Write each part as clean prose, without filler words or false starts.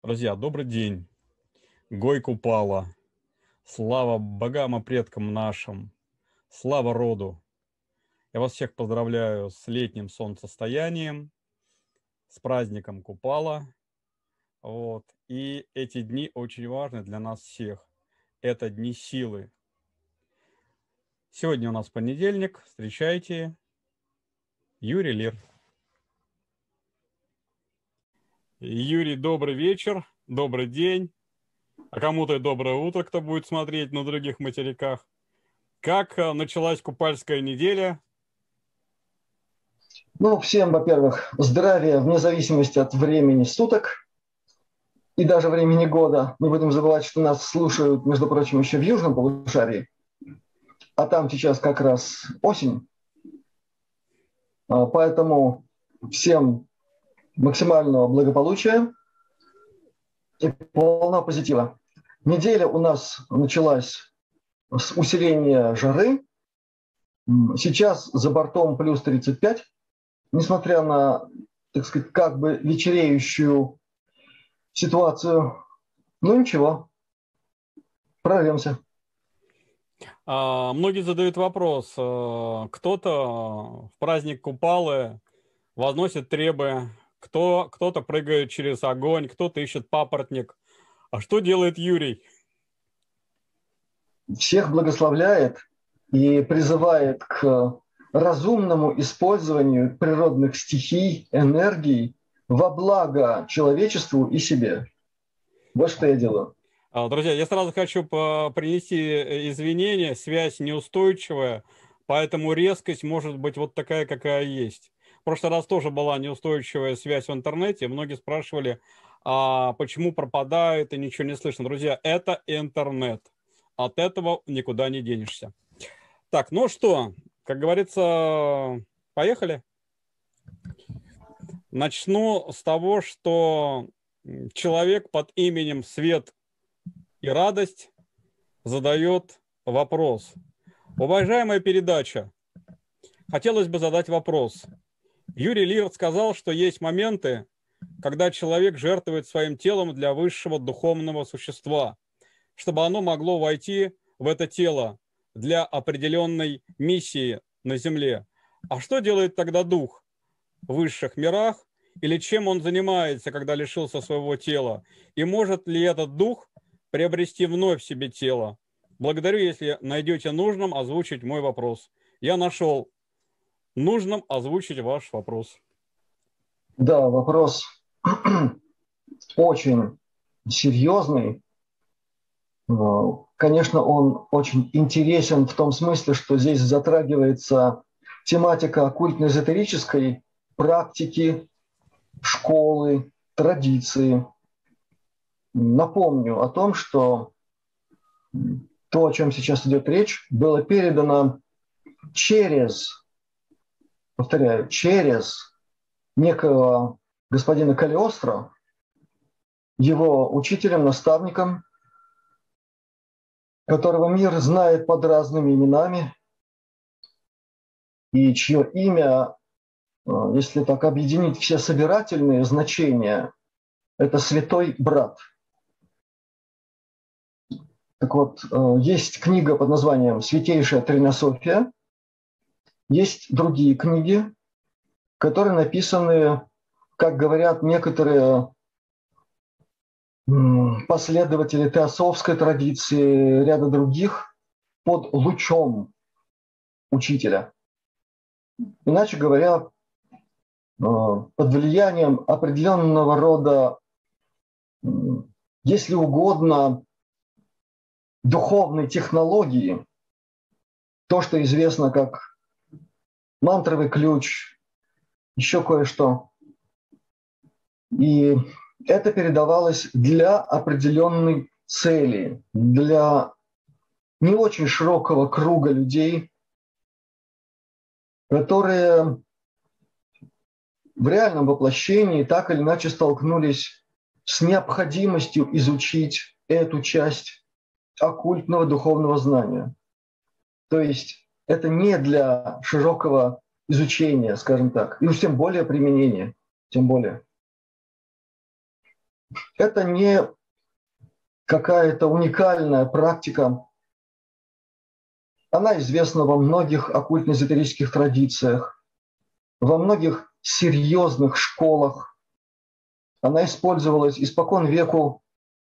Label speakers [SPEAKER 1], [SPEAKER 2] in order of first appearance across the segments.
[SPEAKER 1] Друзья, добрый день. Гой Купала. Слава богам и предкам нашим. Слава роду. Я вас всех поздравляю с летним солнцестоянием, с праздником Купала. И эти дни очень важны для нас всех. Это дни силы. Сегодня у нас понедельник. Встречайте, Юрий Лир. Юрий, добрый вечер, добрый день. А кому-то и доброе утро, кто будет смотреть на других материках. Как началась купальская неделя?
[SPEAKER 2] Ну, всем, во-первых, здравия вне зависимости от времени суток и даже времени года. Не будем забывать, что нас слушают, между прочим, еще в южном полушарии, а там сейчас как раз осень. Поэтому всем максимального благополучия и полного позитива. Неделя у нас началась с усиления жары. Сейчас за бортом плюс 35. Несмотря на, так сказать, как бы вечереющую ситуацию, ну ничего, прорвемся.
[SPEAKER 1] Многие задают вопрос. Кто-то в праздник Купалы возносит требы, кто-то прыгает через огонь, кто-то ищет папоротник. А что делает Юрий?
[SPEAKER 2] Всех благословляет и призывает к разумному использованию природных стихий, энергий во благо человечеству и себе. Вот что я делаю.
[SPEAKER 1] Друзья, я сразу хочу принести извинения. Связь неустойчивая, поэтому резкость может быть вот такая, какая есть. В прошлый раз тоже была неустойчивая связь в интернете. Многие спрашивали, почему пропадает и ничего не слышно. Друзья, это интернет. От этого никуда не денешься. Так, ну что, как говорится, поехали. Начну с того, что человек под именем Свет и Радость задает вопрос. Уважаемая передача, хотелось бы задать вопрос. Юрий Лир сказал, что есть моменты, когда человек жертвует своим телом для высшего духовного существа, чтобы оно могло войти в это тело для определенной миссии на Земле. А что делает тогда дух в высших мирах? Или чем он занимается, когда лишился своего тела? И может ли этот дух приобрести вновь себе тело? Благодарю, если найдете нужным озвучить мой вопрос. Я нашел нужным озвучить ваш вопрос.
[SPEAKER 2] Да, вопрос очень серьезный. Конечно, он очень интересен в том смысле, что здесь затрагивается тематика оккультно-эзотерической практики, школы, традиции. Напомню о том, что то, о чем сейчас идет речь, было передано через, повторяю, через некого господина Калиостро, его учителем, наставником, которого мир знает под разными именами, и чье имя, если так объединить все собирательные значения, это святой брат. Так вот, есть книга под названием «Святейшая Тринософия», есть другие книги, которые написаны, как говорят некоторые последователи теософской традиции, ряда других, под лучом учителя. Иначе говоря, под влиянием определенного рода, если угодно, духовной технологии, то, что известно как мантровый ключ, еще кое-что. И это передавалось для определенной цели, для не очень широкого круга людей, которые в реальном воплощении так или иначе столкнулись с необходимостью изучить эту часть оккультного духовного знания. То есть это не для широкого изучения, скажем так, и уж тем более применения, тем более. Это не какая-то уникальная практика. Она известна во многих оккультно-эзотерических традициях, во многих серьезных школах. Она использовалась испокон веку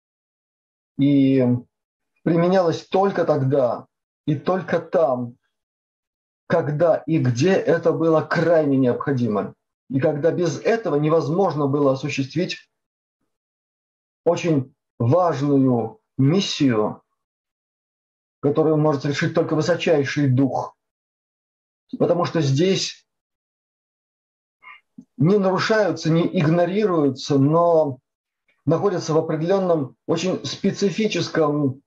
[SPEAKER 2] и применялась только тогда и только там, когда и где это было крайне необходимо. И когда без этого невозможно было осуществить очень важную миссию, которую может решить только высочайший дух. Потому что здесь не нарушаются, не игнорируются, но находятся в определенном очень специфическом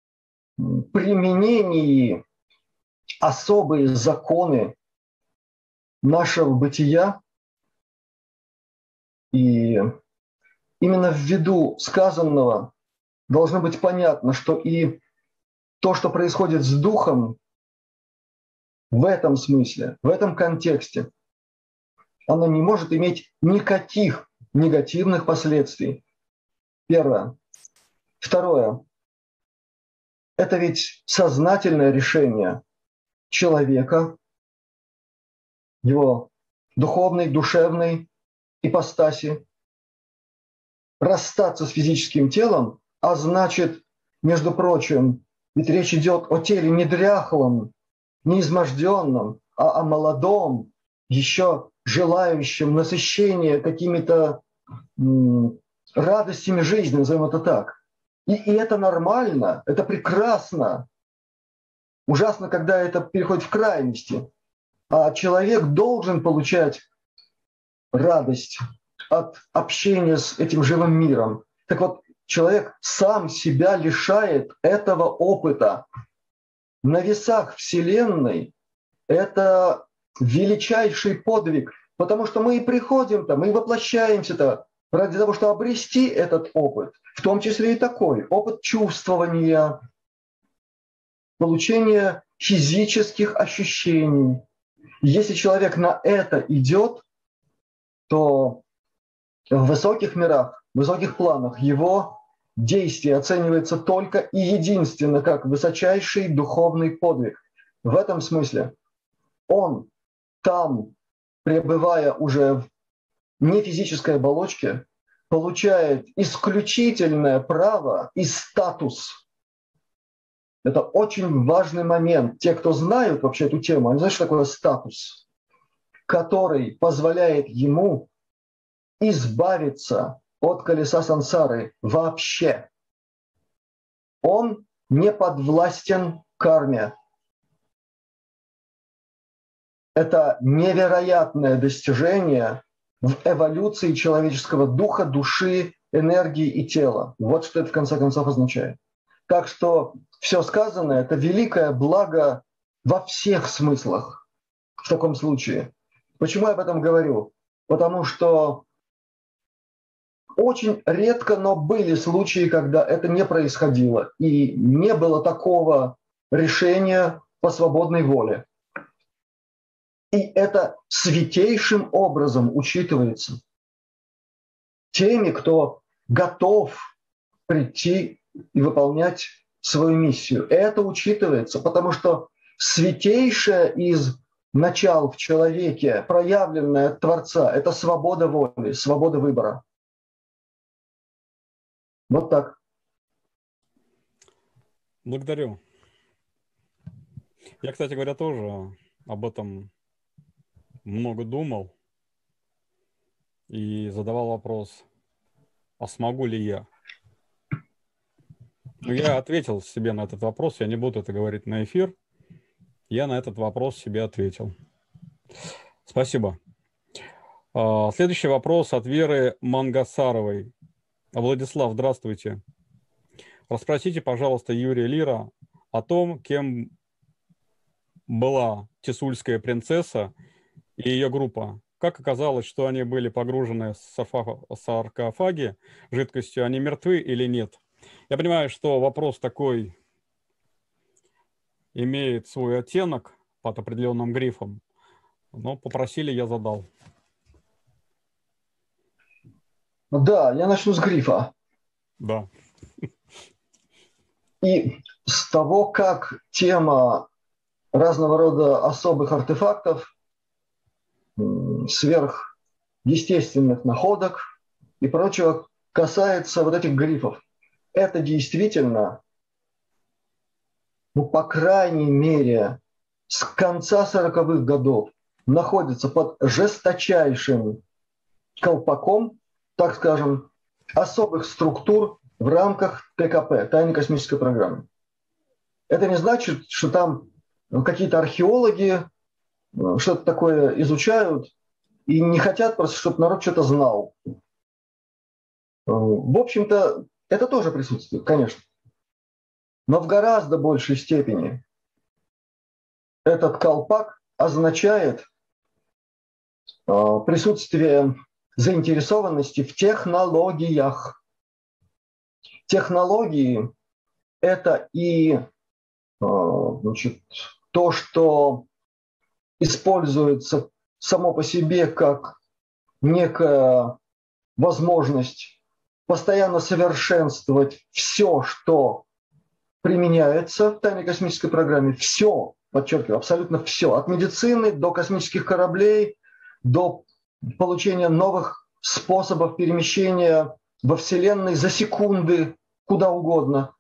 [SPEAKER 2] применении особые законы нашего бытия. И именно ввиду сказанного должно быть понятно, что и то, что происходит с духом в этом смысле, в этом контексте, оно не может иметь никаких негативных последствий. Первое. Второе. Это ведь сознательное решение человека, его духовной, душевной ипостаси, расстаться с физическим телом, а значит, между прочим, ведь речь идет о теле не дряхлом, не изможденном, а о молодом, еще желающем насыщения какими-то радостями жизни, назовем это так. И это нормально, это прекрасно. Ужасно, когда это переходит в крайности. А человек должен получать радость от общения с этим живым миром. Так вот, человек сам себя лишает этого опыта. На весах Вселенной это величайший подвиг, потому что мы и приходим-то, мы воплощаемся-то ради того, чтобы обрести этот опыт, в том числе и такой опыт чувствования, получения физических ощущений. Если человек на это идет, то в высоких мирах, в высоких планах его действие оценивается только и единственно как высочайший духовный подвиг. В этом смысле он там, пребывая уже в нефизической оболочке, получает исключительное право и статус. Это очень важный момент. Те, кто знают вообще эту тему, они знают, что такое статус, который позволяет ему избавиться от колеса сансары вообще. Он не подвластен карме. Это невероятное достижение в эволюции человеческого духа, души, энергии и тела. Вот что это в конце концов означает. Так что все сказанное – это великое благо во всех смыслах в таком случае. Почему я об этом говорю? Потому что очень редко, но были случаи, когда это не происходило. И не было такого решения по свободной воле. И это святейшим образом учитывается теми, кто готов прийти и выполнять свою миссию. Это учитывается, потому что святейшее из начал в человеке, проявленное от Творца, это свобода воли, свобода выбора. Вот так.
[SPEAKER 1] Благодарю. Я, кстати говоря, тоже об этом много думал и задавал вопрос, а смогу ли я? Но я ответил себе на этот вопрос, я не буду это говорить на эфир. Я на этот вопрос себе ответил. Спасибо. Следующий вопрос от Веры Мангасаровой. Владислав, здравствуйте. Расспросите, пожалуйста, Юрия Лира о том, кем была Тисульская принцесса и ее группа. Как оказалось, что они были погружены в саркофаги жидкостью, они мертвы или нет? Я понимаю, что вопрос такой имеет свой оттенок под определенным грифом, но попросили, я задал.
[SPEAKER 2] Да, я начну с грифа.
[SPEAKER 1] Да.
[SPEAKER 2] И с того, как тема разного рода особых артефактов, сверхъестественных находок и прочего касается вот этих грифов. Это действительно, ну, по крайней мере, с конца 40-х годов находится под жесточайшим колпаком, так скажем, особых структур в рамках ТКП, тайной космической программы. Это не значит, что там какие-то археологи что-то такое изучают и не хотят просто, чтобы народ что-то знал. В общем-то, это тоже присутствует, конечно. Но в гораздо большей степени этот колпак означает присутствие заинтересованности в технологиях. Технологии – это и значит, то, что используется само по себе как некая возможность постоянно совершенствовать все, что применяется в тайной космической программе. Все, подчеркиваю, абсолютно все. От медицины до космических кораблей, до получения новых способов перемещения во Вселенной за секунды, куда угодно.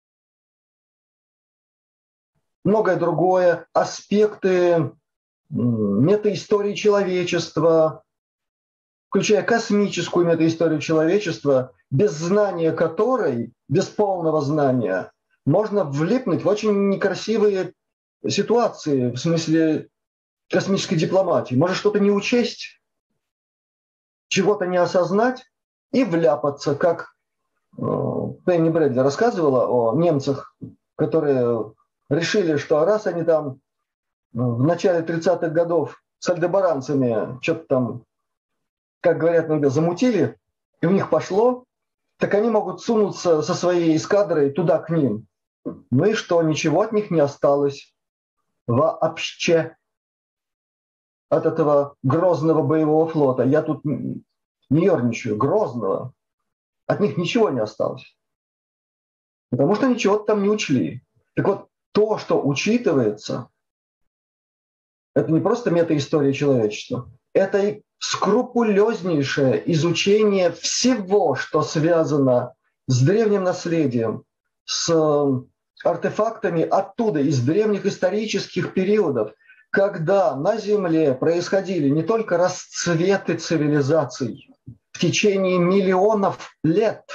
[SPEAKER 2] Многое другое, аспекты метаистории человечества, включая космическую метаисторию человечества, без знания которой, без полного знания, можно влипнуть в очень некрасивые ситуации в смысле космической дипломатии. Может что-то не учесть, чего-то не осознать и вляпаться, как Пенни Брэдли рассказывала о немцах, которые решили, что раз они там в начале 30-х годов с альдебаранцами что-то там, как говорят иногда, замутили, и у них пошло, так они могут сунуться со своей эскадрой туда к ним. Ну и что, ничего от них не осталось вообще от этого грозного боевого флота. Я тут не ерничаю, грозного. От них ничего не осталось. Потому что ничего там не учли. Так вот, то, что учитывается, это не просто метаистория человечества, это и скрупулезнейшее изучение всего, что связано с древним наследием, с артефактами оттуда, из древних исторических периодов, когда на Земле происходили не только расцветы цивилизаций в течение миллионов лет,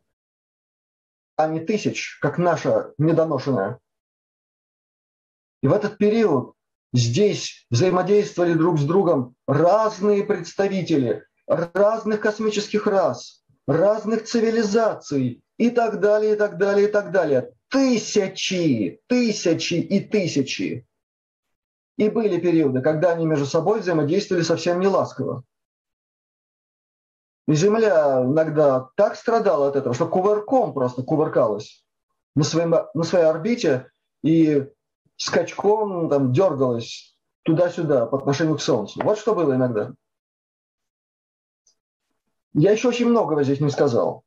[SPEAKER 2] а не тысяч, как наша недоношенная. И в этот период здесь взаимодействовали друг с другом разные представители разных космических рас, разных цивилизаций и так далее, и так далее, и так далее. Тысячи, тысячи и тысячи. И были периоды, когда они между собой взаимодействовали совсем не ласково. И Земля иногда так страдала от этого, что кувырком просто кувыркалась на своей орбите и скачком там дергалась туда-сюда по отношению к Солнцу. Вот что было иногда. Я еще очень многого здесь не сказал.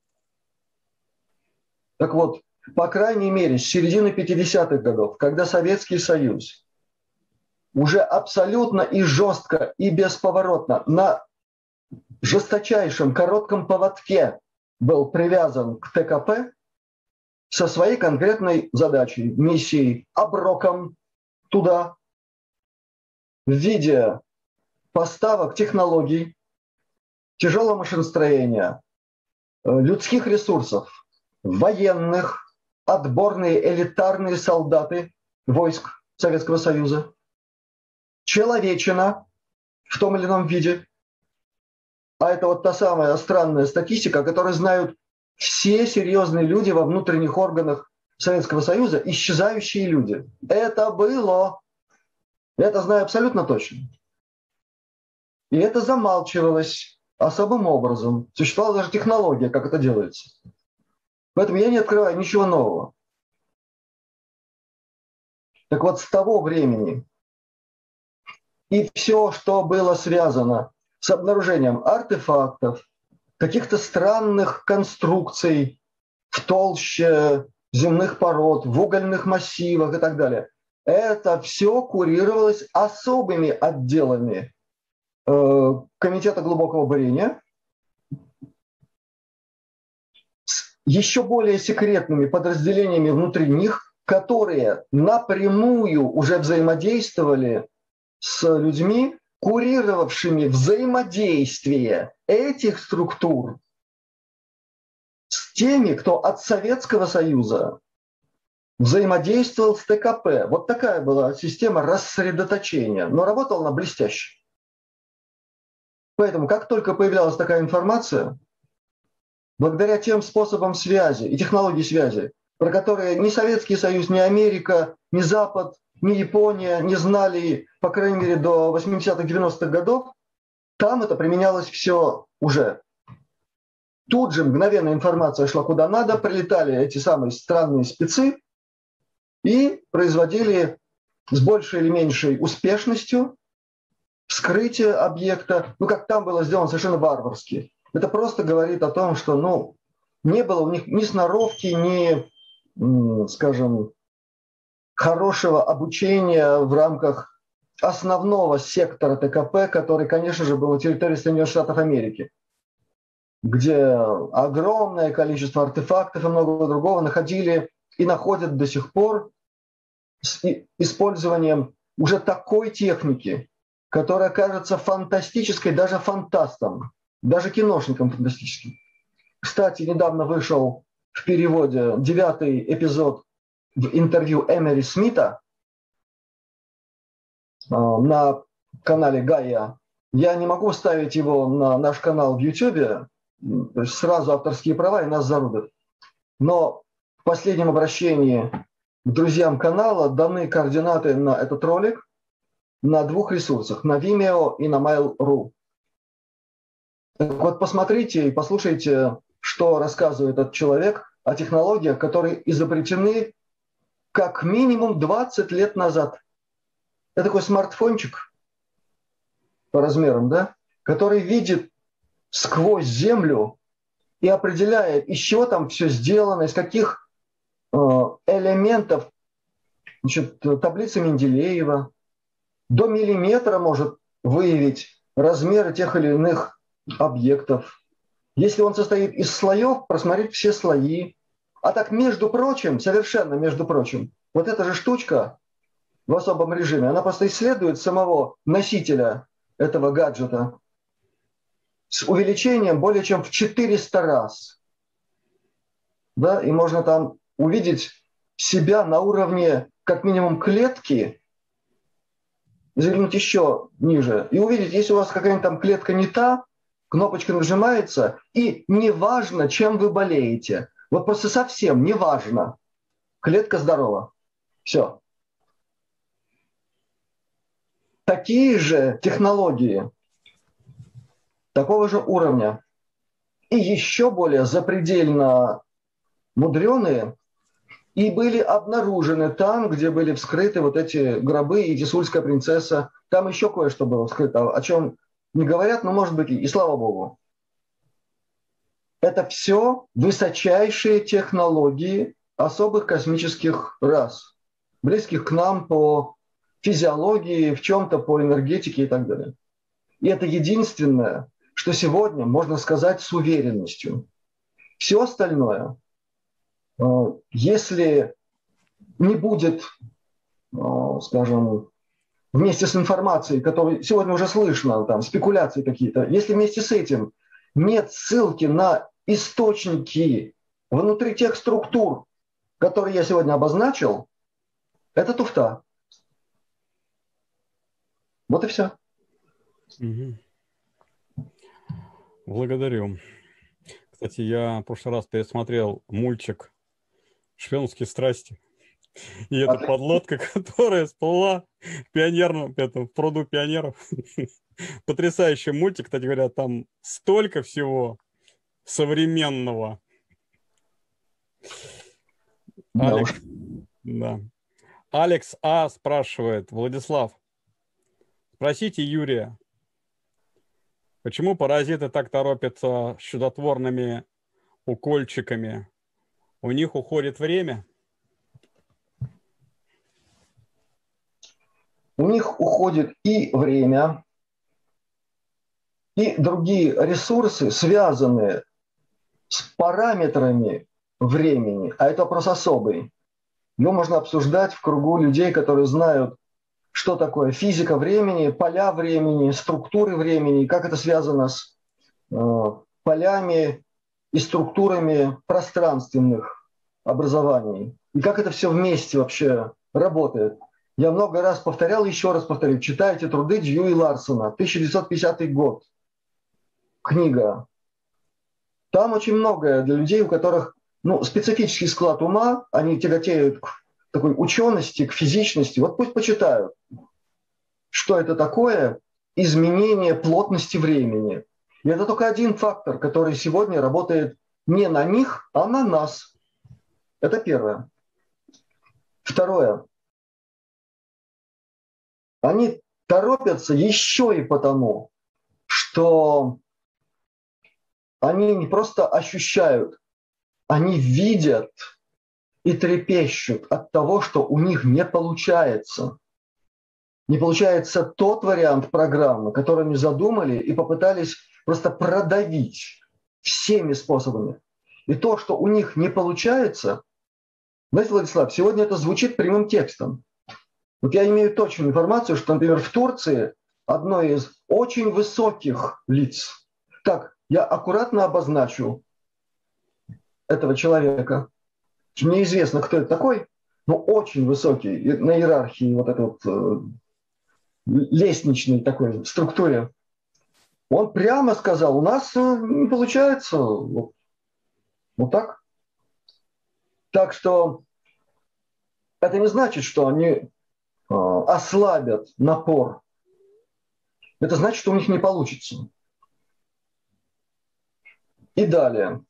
[SPEAKER 2] Так вот, по крайней мере, с середины 50-х годов, когда Советский Союз уже абсолютно и жестко, и бесповоротно на жесточайшем коротком поводке был привязан к ТКП со своей конкретной задачей, миссией, оброком туда в виде поставок технологий, тяжелого машиностроения, людских ресурсов, военных, отборные элитарные солдаты войск Советского Союза, человечина в том или ином виде. А это вот та самая странная статистика, которую знают все серьезные люди во внутренних органах Советского Союза, исчезающие люди. Это было. Я это знаю абсолютно точно. И это замалчивалось особым образом. Существовала даже технология, как это делается. Поэтому я не открываю ничего нового. Так вот, с того времени и все, что было связано с обнаружением артефактов, каких-то странных конструкций в толще земных пород, в угольных массивах и так далее. Это все курировалось особыми отделами Комитета глубокого бурения, с еще более секретными подразделениями внутри них, которые напрямую уже взаимодействовали с людьми, курировавшими взаимодействие этих структур с теми, кто от Советского Союза взаимодействовал с ТКП. Вот такая была система рассредоточения, но работала она блестяще. Поэтому, как только появлялась такая информация, благодаря тем способам связи и технологии связи, про которые ни Советский Союз, ни Америка, ни Запад, ни Япония не знали, по крайней мере, до 80-х, 90-х годов, там это применялось все уже. Тут же мгновенно информация шла куда надо, прилетали эти самые странные спецы и производили с большей или меньшей успешностью вскрытие объекта, как там было сделано, совершенно варварски. Это просто говорит о том, что не было у них ни сноровки, ни, скажем, хорошего обучения в рамках основного сектора ТКП, который, конечно же, был на территории Соединенных Штатов Америки, где огромное количество артефактов и многого другого находили и находят до сих пор с использованием уже такой техники, которая кажется фантастической даже фантастам, даже киношникам фантастическим. Кстати, недавно вышел в переводе 9-й эпизод в интервью Эмери Смита на канале Гайя. Я не могу ставить его на наш канал в YouTube, сразу авторские права и нас зарубят. Но в последнем обращении к друзьям канала даны координаты на этот ролик на 2 ресурсах, на Vimeo и на Mail.ru. Вот посмотрите и послушайте, что рассказывает этот человек о технологиях, которые изобретены как минимум 20 лет назад. Это такой смартфончик по размерам, да, который видит сквозь землю и определяет, из чего там все сделано, из каких элементов, значит, таблица Менделеева, до миллиметра может выявить размеры тех или иных объектов. Если он состоит из слоев, просмотреть все слои. А так, между прочим, совершенно между прочим, вот эта же штучка в особом режиме, она просто исследует самого носителя этого гаджета с увеличением более чем в 400 раз. Да? И можно там увидеть себя на уровне как минимум клетки, заглянуть еще ниже и увидеть, если у вас какая-нибудь там клетка не та, кнопочка нажимается, и неважно, чем вы болеете. Вот просто совсем неважно. Клетка здорова. Все. Такие же технологии, такого же уровня, и еще более запредельно мудреные, и были обнаружены там, где были вскрыты вот эти гробы и Тисульская принцесса. Там еще кое-что было вскрыто, о чем не говорят, но может быть и слава богу. Это все высочайшие технологии особых космических рас, близких к нам по физиологии, в чем-то по энергетике и так далее. И это единственное, что сегодня можно сказать с уверенностью. Все остальное, если не будет, скажем, вместе с информацией, которую сегодня уже слышно, там, спекуляции какие-то, если вместе с этим нет ссылки на источники внутри тех структур, которые я сегодня обозначил, это туфта. Вот и все.
[SPEAKER 1] Благодарю. Кстати, я в прошлый раз пересмотрел мультик «Шпионские страсти». И эта подлодка, которая всплыла в пионерном, в пруду пионеров. Потрясающий мультик, кстати говоря, там столько всего современного. Алекс, да. Алекс А. спрашивает: Владислав, спросите Юрия, Почему паразиты так торопятся с чудотворными укольчиками? У них уходит время?
[SPEAKER 2] У них уходит и время, и другие ресурсы, связанные с параметрами времени, а это вопрос особый. Его можно обсуждать в кругу людей, которые знают, что такое физика времени, поля времени, структуры времени, как это связано с полями и структурами пространственных образований, и как это все вместе вообще работает. Я много раз повторял, еще раз повторю, читайте труды Дьюи Ларсона, 1950 год, книга. Там очень многое для людей, у которых специфический склад ума, они тяготеют к такой учености, к физичности. Вот пусть почитают, что это такое изменение плотности времени. И это только один фактор, который сегодня работает не на них, а на нас. Это первое. Второе. Они торопятся еще и потому, что они не просто ощущают, они видят и трепещут от того, что у них не получается. Не получается тот вариант программы, который они задумали и попытались просто продавить всеми способами. И то, что у них не получается, знаете, Владислав, сегодня это звучит прямым текстом. Вот я имею точную информацию, что, например, в Турции одно из очень высоких лиц, так, я аккуратно обозначу этого человека, мне известно, кто это такой, но очень высокий на иерархии вот этой вот лестничной такой структуре. Он прямо сказал, у нас не получается вот так. Так что это не значит, что они ослабят напор. Это значит, что у них не получится. И далее.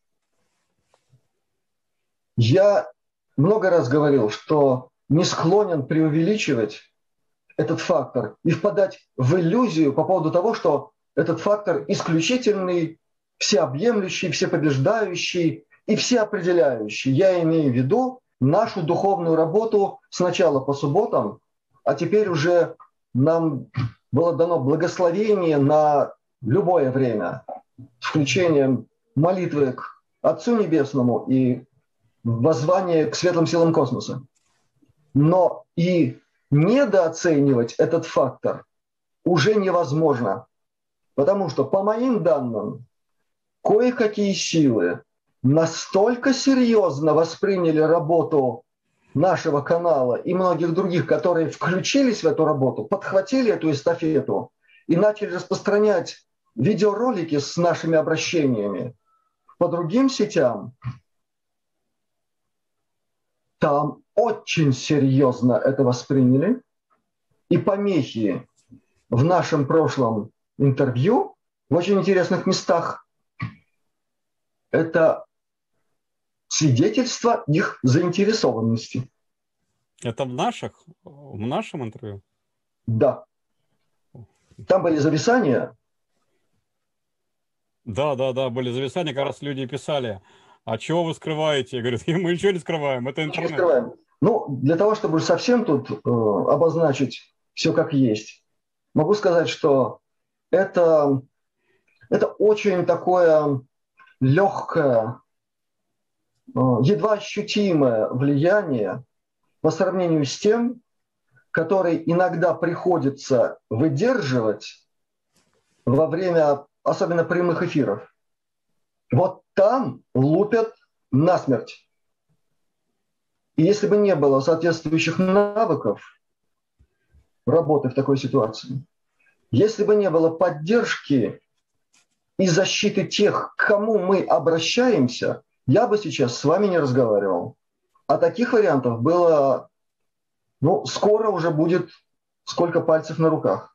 [SPEAKER 2] Я много раз говорил, что не склонен преувеличивать этот фактор и впадать в иллюзию по поводу того, что этот фактор исключительный, всеобъемлющий, всепобеждающий и всеопределяющий. Я имею в виду нашу духовную работу сначала по субботам, а теперь уже нам было дано благословение на любое время с включением молитвы к Отцу Небесному и воззвание к светлым силам космоса. Но и недооценивать этот фактор уже невозможно, потому что, по моим данным, кое-какие силы настолько серьезно восприняли работу нашего канала и многих других, которые включились в эту работу, подхватили эту эстафету и начали распространять видеоролики с нашими обращениями по другим сетям. Там очень серьезно это восприняли. И помехи в нашем прошлом интервью в очень интересных местах – это свидетельство их заинтересованности.
[SPEAKER 1] Это в нашем интервью?
[SPEAKER 2] Да. Там были зависания.
[SPEAKER 1] Да, были зависания, как раз люди писали. А чего вы скрываете? Я говорю, мы ничего не скрываем, это интернет.
[SPEAKER 2] Не скрываем. Для того, чтобы совсем тут обозначить все как есть, могу сказать, что это очень такое легкое, едва ощутимое влияние по сравнению с тем, которое иногда приходится выдерживать во время особенно прямых эфиров. Вот там лупят насмерть. И если бы не было соответствующих навыков работы в такой ситуации, если бы не было поддержки и защиты тех, к кому мы обращаемся, я бы сейчас с вами не разговаривал. А таких вариантов было, скоро уже будет сколько пальцев на руках.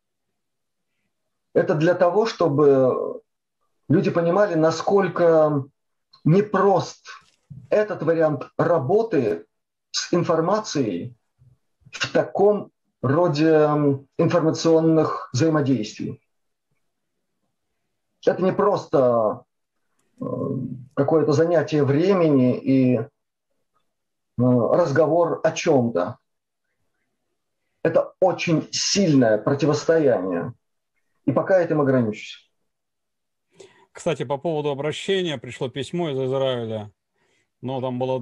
[SPEAKER 2] Это для того, чтобы люди понимали, насколько непрост этот вариант работы с информацией в таком роде информационных взаимодействий. Это не просто какое-то занятие времени и разговор о чем-то. Это очень сильное противостояние. И пока этим ограничусь.
[SPEAKER 1] Кстати, по поводу обращения пришло письмо из Израиля. Но там было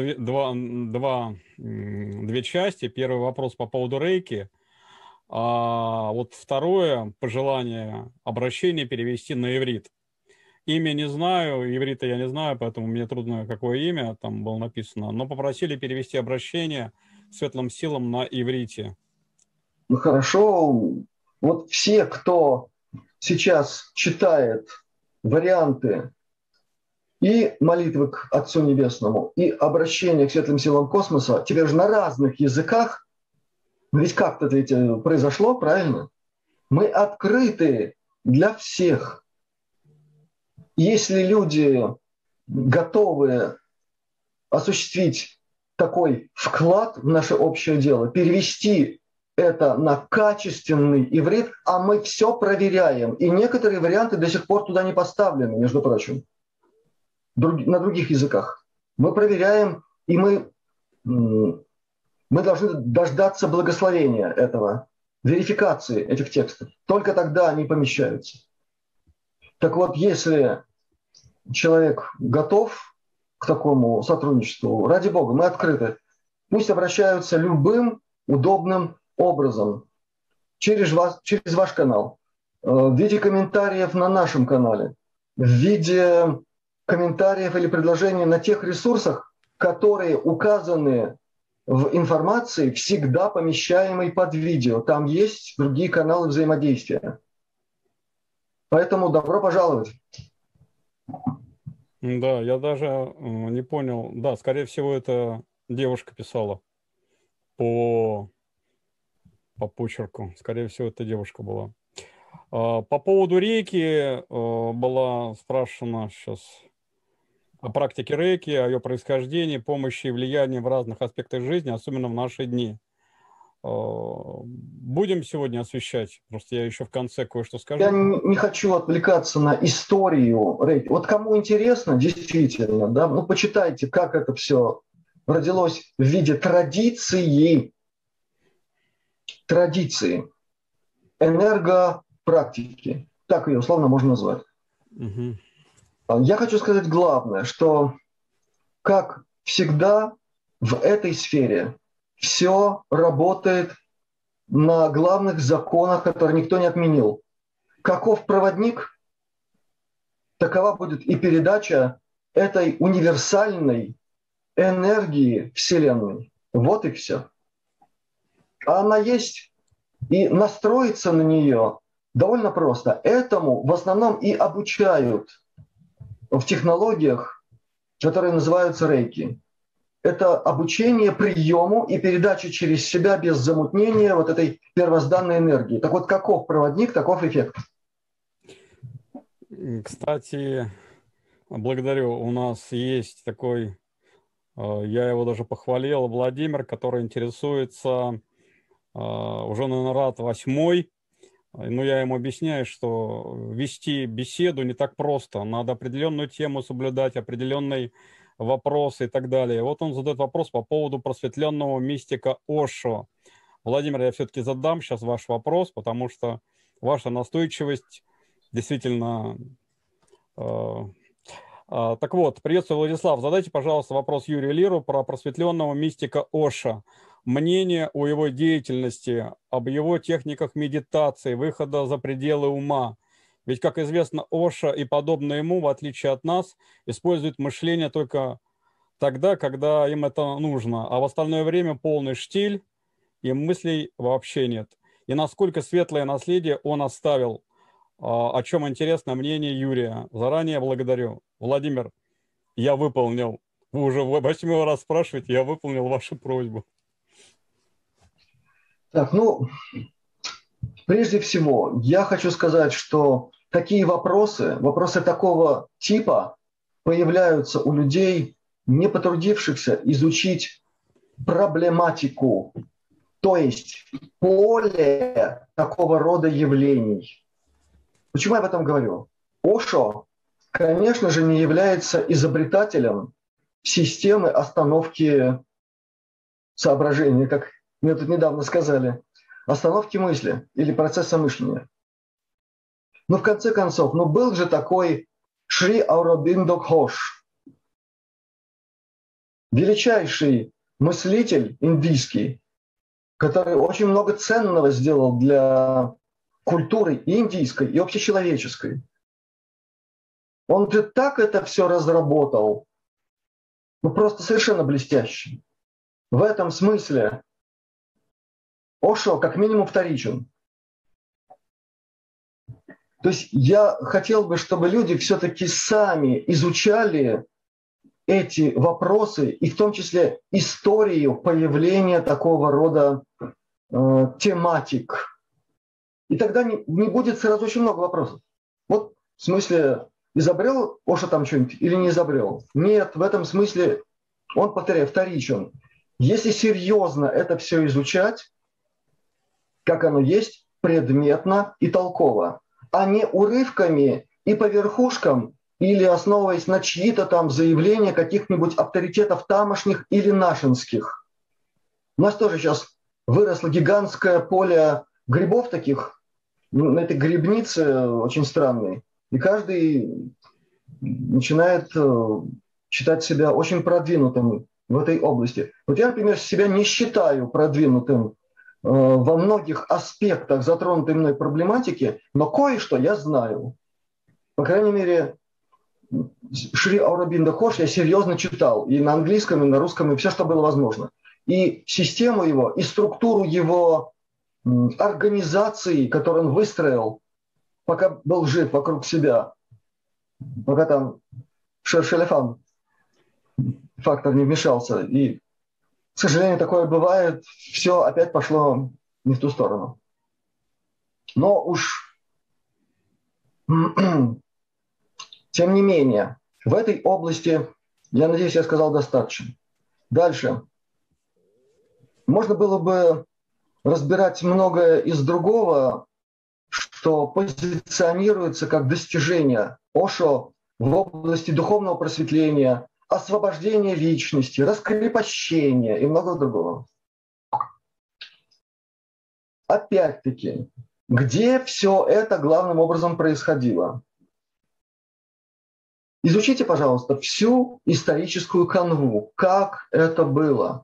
[SPEAKER 1] две части. Первый вопрос по поводу рейки. А вот второе пожелание обращение перевести на иврит. Имя не знаю, иврита я не знаю, поэтому мне трудно, какое имя там было написано. Но попросили перевести обращение светлым силам на иврите.
[SPEAKER 2] Ну хорошо, вот все, кто сейчас читает варианты и молитвы к Отцу Небесному, и обращение к светлым силам космоса, теперь же на разных языках, ведь как-то это произошло, правильно? Мы открыты для всех. Если люди готовы осуществить такой вклад в наше общее дело, перевести это на качественный иврит, а мы все проверяем. И некоторые варианты до сих пор туда не поставлены, между прочим, на других языках. Мы проверяем, и мы должны дождаться благословения этого, верификации этих текстов. Только тогда они помещаются. Так вот, если человек готов к такому сотрудничеству, ради Бога, мы открыты. Пусть обращаются любым удобным образом через ваш канал, в виде комментариев на нашем канале, в виде комментариев или предложений на тех ресурсах, которые указаны в информации, всегда помещаемой под видео. Там есть другие каналы взаимодействия. Поэтому добро пожаловать.
[SPEAKER 1] Да, я даже не понял. Да, скорее всего, это девушка писала по почерку. Скорее всего, это девушка была. По поводу рейки была спрашена сейчас о практике рейки, о ее происхождении, помощи и влиянии в разных аспектах жизни, особенно в наши дни. Будем сегодня освещать? Просто я еще в конце кое-что скажу.
[SPEAKER 2] Я не хочу отвлекаться на историю рейки. Вот кому интересно, действительно, да, ну почитайте, как это все родилось в виде традиции, энергопрактики. Так ее условно можно назвать.
[SPEAKER 1] Угу.
[SPEAKER 2] Я хочу сказать главное, что, как всегда, в этой сфере все работает на главных законах, которые никто не отменил. Каков проводник, такова будет и передача этой универсальной энергии Вселенной. Вот и все. А она есть, и настроиться на нее довольно просто. Этому в основном и обучают в технологиях, которые называются рейки. Это обучение приему и передаче через себя без замутнения вот этой первозданной энергии. Так вот, каков проводник, таков эффект.
[SPEAKER 1] Кстати, благодарю. У нас есть такой, я его даже похвалил, Владимир, который интересуется уже, наверное, рад 8. Но я ему объясняю, что вести беседу не так просто. Надо определенную тему соблюдать, определенный вопрос и так далее. Вот он задает вопрос по поводу просветленного мистика Ошо. Владимир, я все-таки задам сейчас ваш вопрос, потому что ваша настойчивость действительно... Так вот, приветствую, Владислав. Задайте, пожалуйста, вопрос Юрию Лиру про просветленного мистика Ошо. Мнение о его деятельности, об его техниках медитации, выхода за пределы ума. Ведь, как известно, Ошо и подобные ему, в отличие от нас, используют мышление только тогда, когда им это нужно, а в остальное время полный штиль, и мыслей вообще нет. И насколько светлое наследие он оставил, о чем интересно мнение Юрия. Заранее благодарю. Владимир, я выполнил. Вы уже 8 раз спрашиваете, я выполнил вашу просьбу.
[SPEAKER 2] Так, ну, прежде всего, я хочу сказать, что такие вопросы такого типа появляются у людей, не потрудившихся изучить проблематику, то есть поле такого рода явлений. Почему я об этом говорю? Ошо, конечно же, не является изобретателем системы остановки соображения, как мне тут недавно сказали, остановки мысли или процесса мышления. Но в конце концов, был же такой Шри Ауробиндо Гhoш, величайший мыслитель индийский, который очень много ценного сделал для культуры и индийской, и общечеловеческой. Он же так это все разработал, просто совершенно блестяще. В этом смысле Ошо как минимум вторичен. То есть я хотел бы, чтобы люди все-таки сами изучали эти вопросы, и в том числе историю появления такого рода тематик. И тогда не будет сразу очень много вопросов. Вот в смысле, изобрел Ошо там что-нибудь или не изобрел? Нет, в этом смысле он, повторяю, вторичен. Если серьезно это все изучать, как оно есть, предметно и толково, а не урывками и по верхушкам, или основываясь на чьи-то там заявления каких-нибудь авторитетов тамошних или нашинских. У нас тоже сейчас выросло гигантское поле грибов таких, на этой грибнице очень странной, и каждый начинает считать себя очень продвинутым в этой области. Вот я, например, себя не считаю продвинутым во многих аспектах затронутой мной проблематики, но кое-что я знаю. По крайней мере, Шри Ауробиндо Гhoш я серьезно читал и на английском, и на русском, и все, что было возможно. И систему его, и структуру его организации, которую он выстроил, пока был жив вокруг себя, пока там Шершелефан фактор не вмешался. И, к сожалению, такое бывает, все опять пошло не в ту сторону. Но уж тем не менее, в этой области, я надеюсь, я сказал достаточно. Дальше. Можно было бы разбирать многое из другого, что позиционируется как достижение Ошо в области духовного просветления, освобождения личности, раскрепощения и много другого. Опять-таки, где все это главным образом происходило? Изучите, пожалуйста, всю историческую канву, как это было.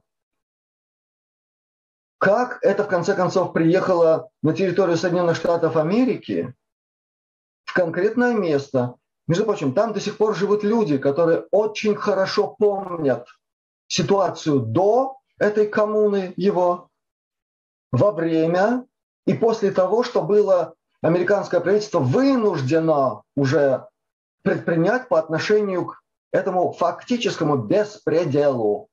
[SPEAKER 2] Как это, в конце концов, приехало на территорию Соединенных Штатов Америки, в конкретное место. Между прочим, там до сих пор живут люди, которые очень хорошо помнят ситуацию до этой коммуны его, во время и после того, что было американское правительство вынуждено уже предпринять по отношению к этому фактическому беспределу,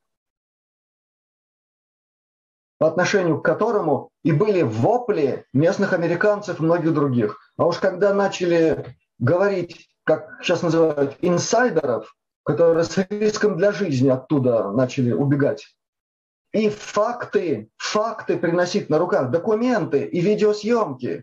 [SPEAKER 2] по отношению к которому и были вопли местных американцев и многих других. А уж когда начали говорить, как сейчас называют, инсайдеров, которые с риском для жизни оттуда начали убегать, и факты приносить на руках, документы и видеосъемки,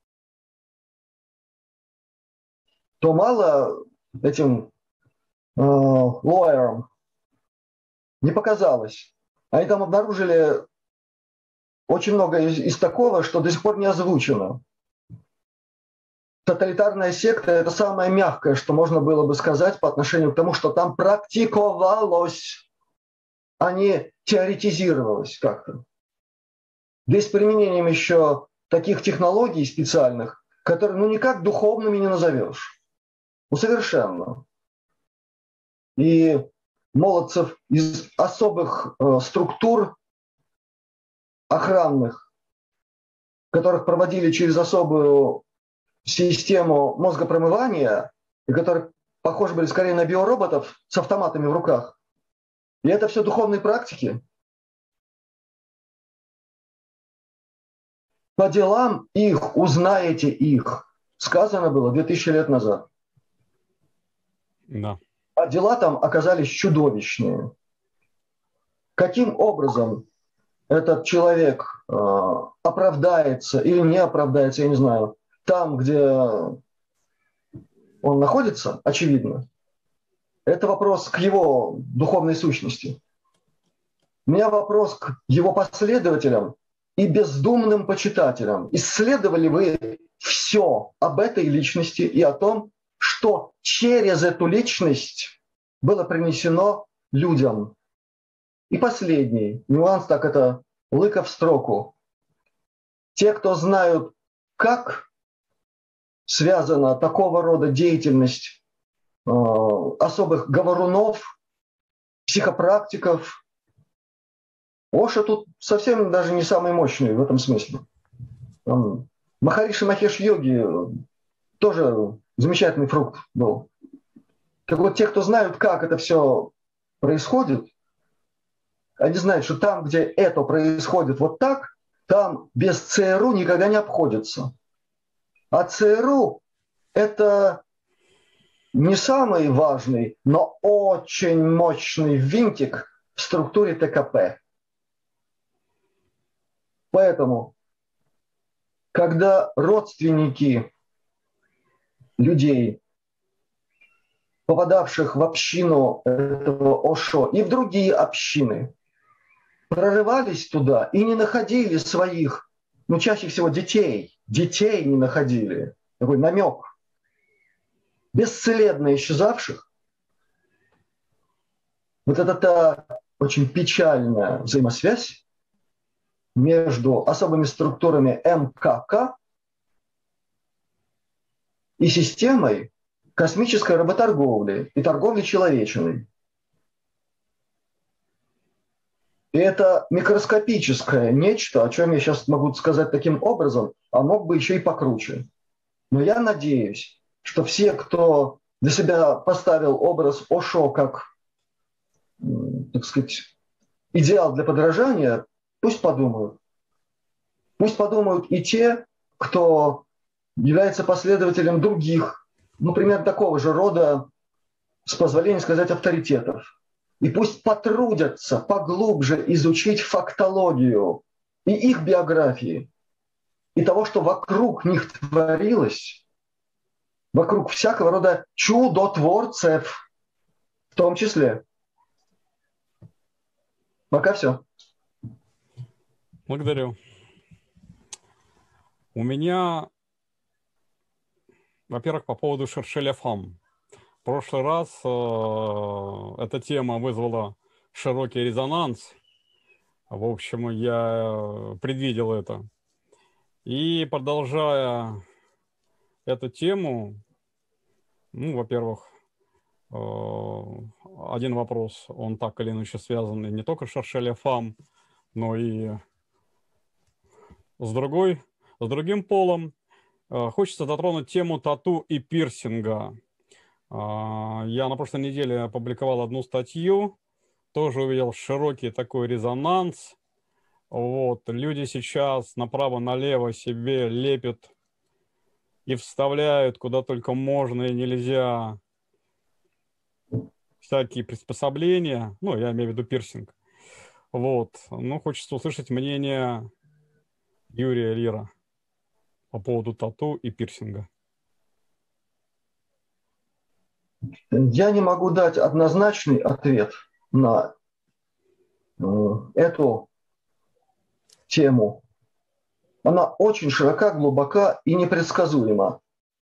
[SPEAKER 2] то мало этим лоерам не показалось. Они там обнаружили очень много из такого, что до сих пор не озвучено. Тоталитарная секта – это самое мягкое, что можно было бы сказать по отношению к тому, что там практиковалось, а не теоретизировалось как-то. Да и с применением еще таких технологий специальных, которые никак духовными не назовешь. Совершенно. И молодцев из особых структур охранных, которых проводили через особую систему мозгопромывания, и которые похожи были скорее на биороботов с автоматами в руках. И это все духовные практики. По делам их, узнаете их, сказано было 2000 лет назад.
[SPEAKER 1] Да.
[SPEAKER 2] А дела там оказались чудовищные. Каким образом этот человек оправдается или не оправдается, я не знаю, там, где он находится, очевидно. Это вопрос к его духовной сущности. У меня вопрос к его последователям и бездумным почитателям. Исследовали вы все об этой личности и о том, что через эту личность было принесено людям? И последний нюанс, так это лыка в строку. Те, кто знают, как связана такого рода деятельность особых говорунов, психопрактиков, Оша тут совсем даже не самый мощный в этом смысле. Махариши Махеш Йоги тоже замечательный фрукт был. Так вот, те, кто знают, как это все происходит, они знают, что там, где это происходит вот так, там без ЦРУ никогда не обходится. А ЦРУ – это не самый важный, но очень мощный винтик в структуре ТКП. Поэтому, когда родственники людей, попадавших в общину этого Ошо и в другие общины, прорывались туда и не находили своих, чаще всего детей не находили, такой намек, бесследно исчезавших, вот это та очень печальная взаимосвязь между особыми структурами МКК и системой космической работорговли и торговли человечиной. И это микроскопическое нечто, о чем я сейчас могу сказать таким образом, а мог бы еще и покруче. Но я надеюсь, что все, кто для себя поставил образ Ошо как, так сказать, идеал для подражания, пусть подумают. Пусть подумают и те, кто является последователем других, например, такого же рода, с позволения сказать, авторитетов. И пусть потрудятся поглубже изучить фактологию и их биографии, и того, что вокруг них творилось, вокруг всякого рода чудотворцев, в том числе. Пока все.
[SPEAKER 1] Благодарю. У меня, во-первых, по поводу Шершеля Фам. В прошлый раз эта тема вызвала широкий резонанс. В общем, я предвидел это. И продолжая эту тему, во-первых, один вопрос, он так или иначе связан не только с Шершеля Фам, но и с другим полом. Хочется затронуть тему тату и пирсинга. Я на прошлой неделе опубликовал одну статью, тоже увидел широкий такой резонанс. Вот. Люди сейчас направо-налево себе лепят и вставляют куда только можно и нельзя всякие приспособления. Я имею в виду пирсинг. Вот. Хочется услышать мнение Юрия Лира по поводу тату и пирсинга.
[SPEAKER 2] Я не могу дать однозначный ответ на эту тему. Она очень широка, глубока и непредсказуема.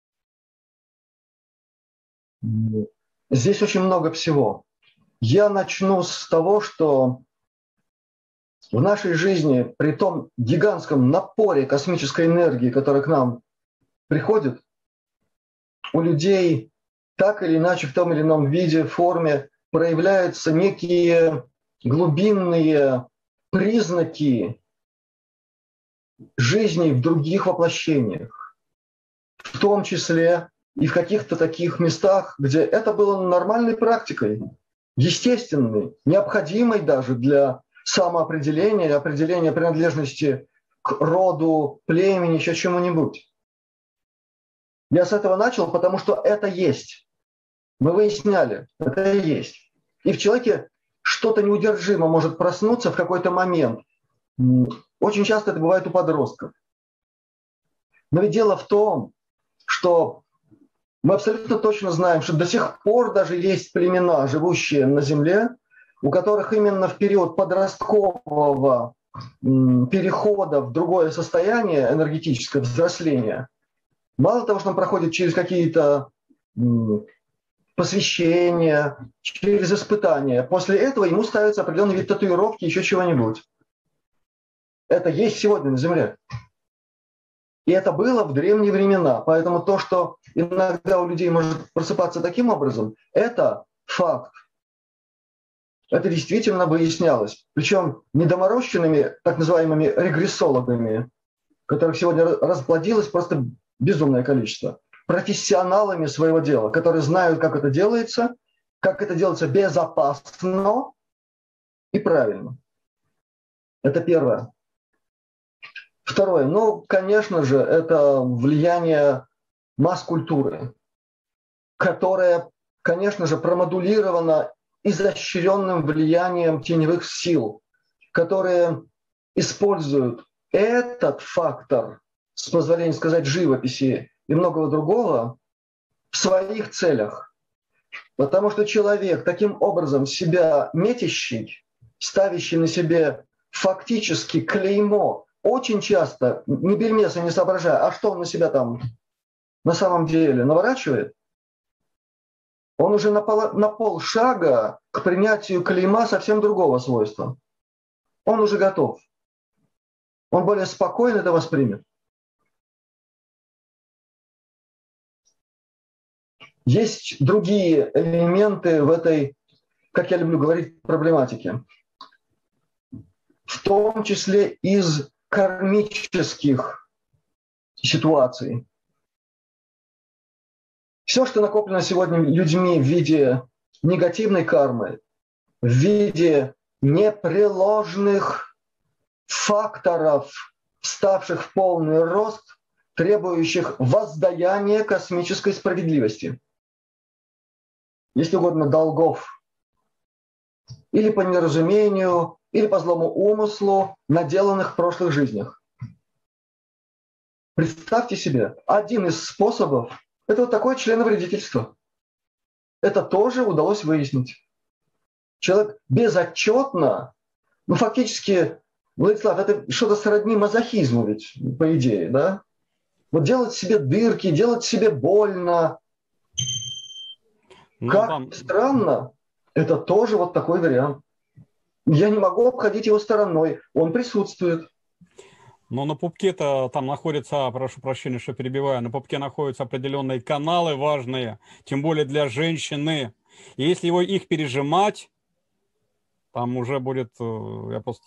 [SPEAKER 2] Здесь очень много всего. Я начну с того, что в нашей жизни, при том гигантском напоре космической энергии, которая к нам приходит, у людей так или иначе, в том или ином виде, форме проявляются некие глубинные признаки жизни в других воплощениях, в том числе и в каких-то таких местах, где это было нормальной практикой, естественной, необходимой даже для самоопределения, определения принадлежности к роду, племени, еще чему-нибудь. Я с этого начал, потому что это есть. Мы выясняли, это есть. И в человеке что-то неудержимо может проснуться в какой-то момент. Очень часто это бывает у подростков. Но ведь дело в том, что Мы абсолютно точно знаем, что до сих пор даже есть племена, живущие на Земле, у которых именно в период подросткового перехода в другое состояние, энергетическое взросление, мало того, что он проходит через какие-то посвящения, через испытания, после этого ему ставится определенный вид татуировки, еще чего-нибудь. Это есть сегодня на Земле. И это было в древние времена. Поэтому то, что иногда у людей может просыпаться таким образом, это факт. Это действительно выяснялось. Причем недоморощенными, так называемыми регрессологами, которых сегодня расплодилось просто безумное количество. Профессионалами своего дела, которые знают, как это делается безопасно и правильно. Это первое. Второе. Ну, конечно же, это влияние масс-культуры, которая, конечно же, промодулирована изощренным влиянием теневых сил, которые используют этот фактор, с позволения сказать, живописи и многого другого в своих целях. Потому что человек, таким образом себя метящий, ставящий на себе фактически клеймо, очень часто, ни бельмеса не соображая, а что он на себя там на самом деле наворачивает, он уже на полшага к принятию клейма совсем другого свойства. Он уже готов. Он более спокойно это воспримет. Есть другие элементы в этой, как я люблю говорить, проблематике. В том числе из кармических ситуаций. Все, что накоплено сегодня людьми в виде негативной кармы, в виде непреложных факторов, вставших в полный рост, требующих воздаяния космической справедливости, если угодно, долгов, или по неразумению, или по злому умыслу, наделанных в прошлых жизнях. Представьте себе, один из способов – это вот такое членовредительство. Это тоже удалось выяснить. Человек безотчетно, ну фактически, Владислав, это что-то сродни мазохизму ведь, по идее, да? Вот делать себе дырки, делать себе больно.
[SPEAKER 1] Ну,
[SPEAKER 2] как
[SPEAKER 1] там...
[SPEAKER 2] странно, это тоже вот такой вариант. Я не могу обходить его стороной, он присутствует.
[SPEAKER 1] Но на пупке-то там находятся, прошу прощения, что перебиваю, на пупке находятся определенные каналы важные, тем более для женщины. И если их пережимать, там уже будет, я просто...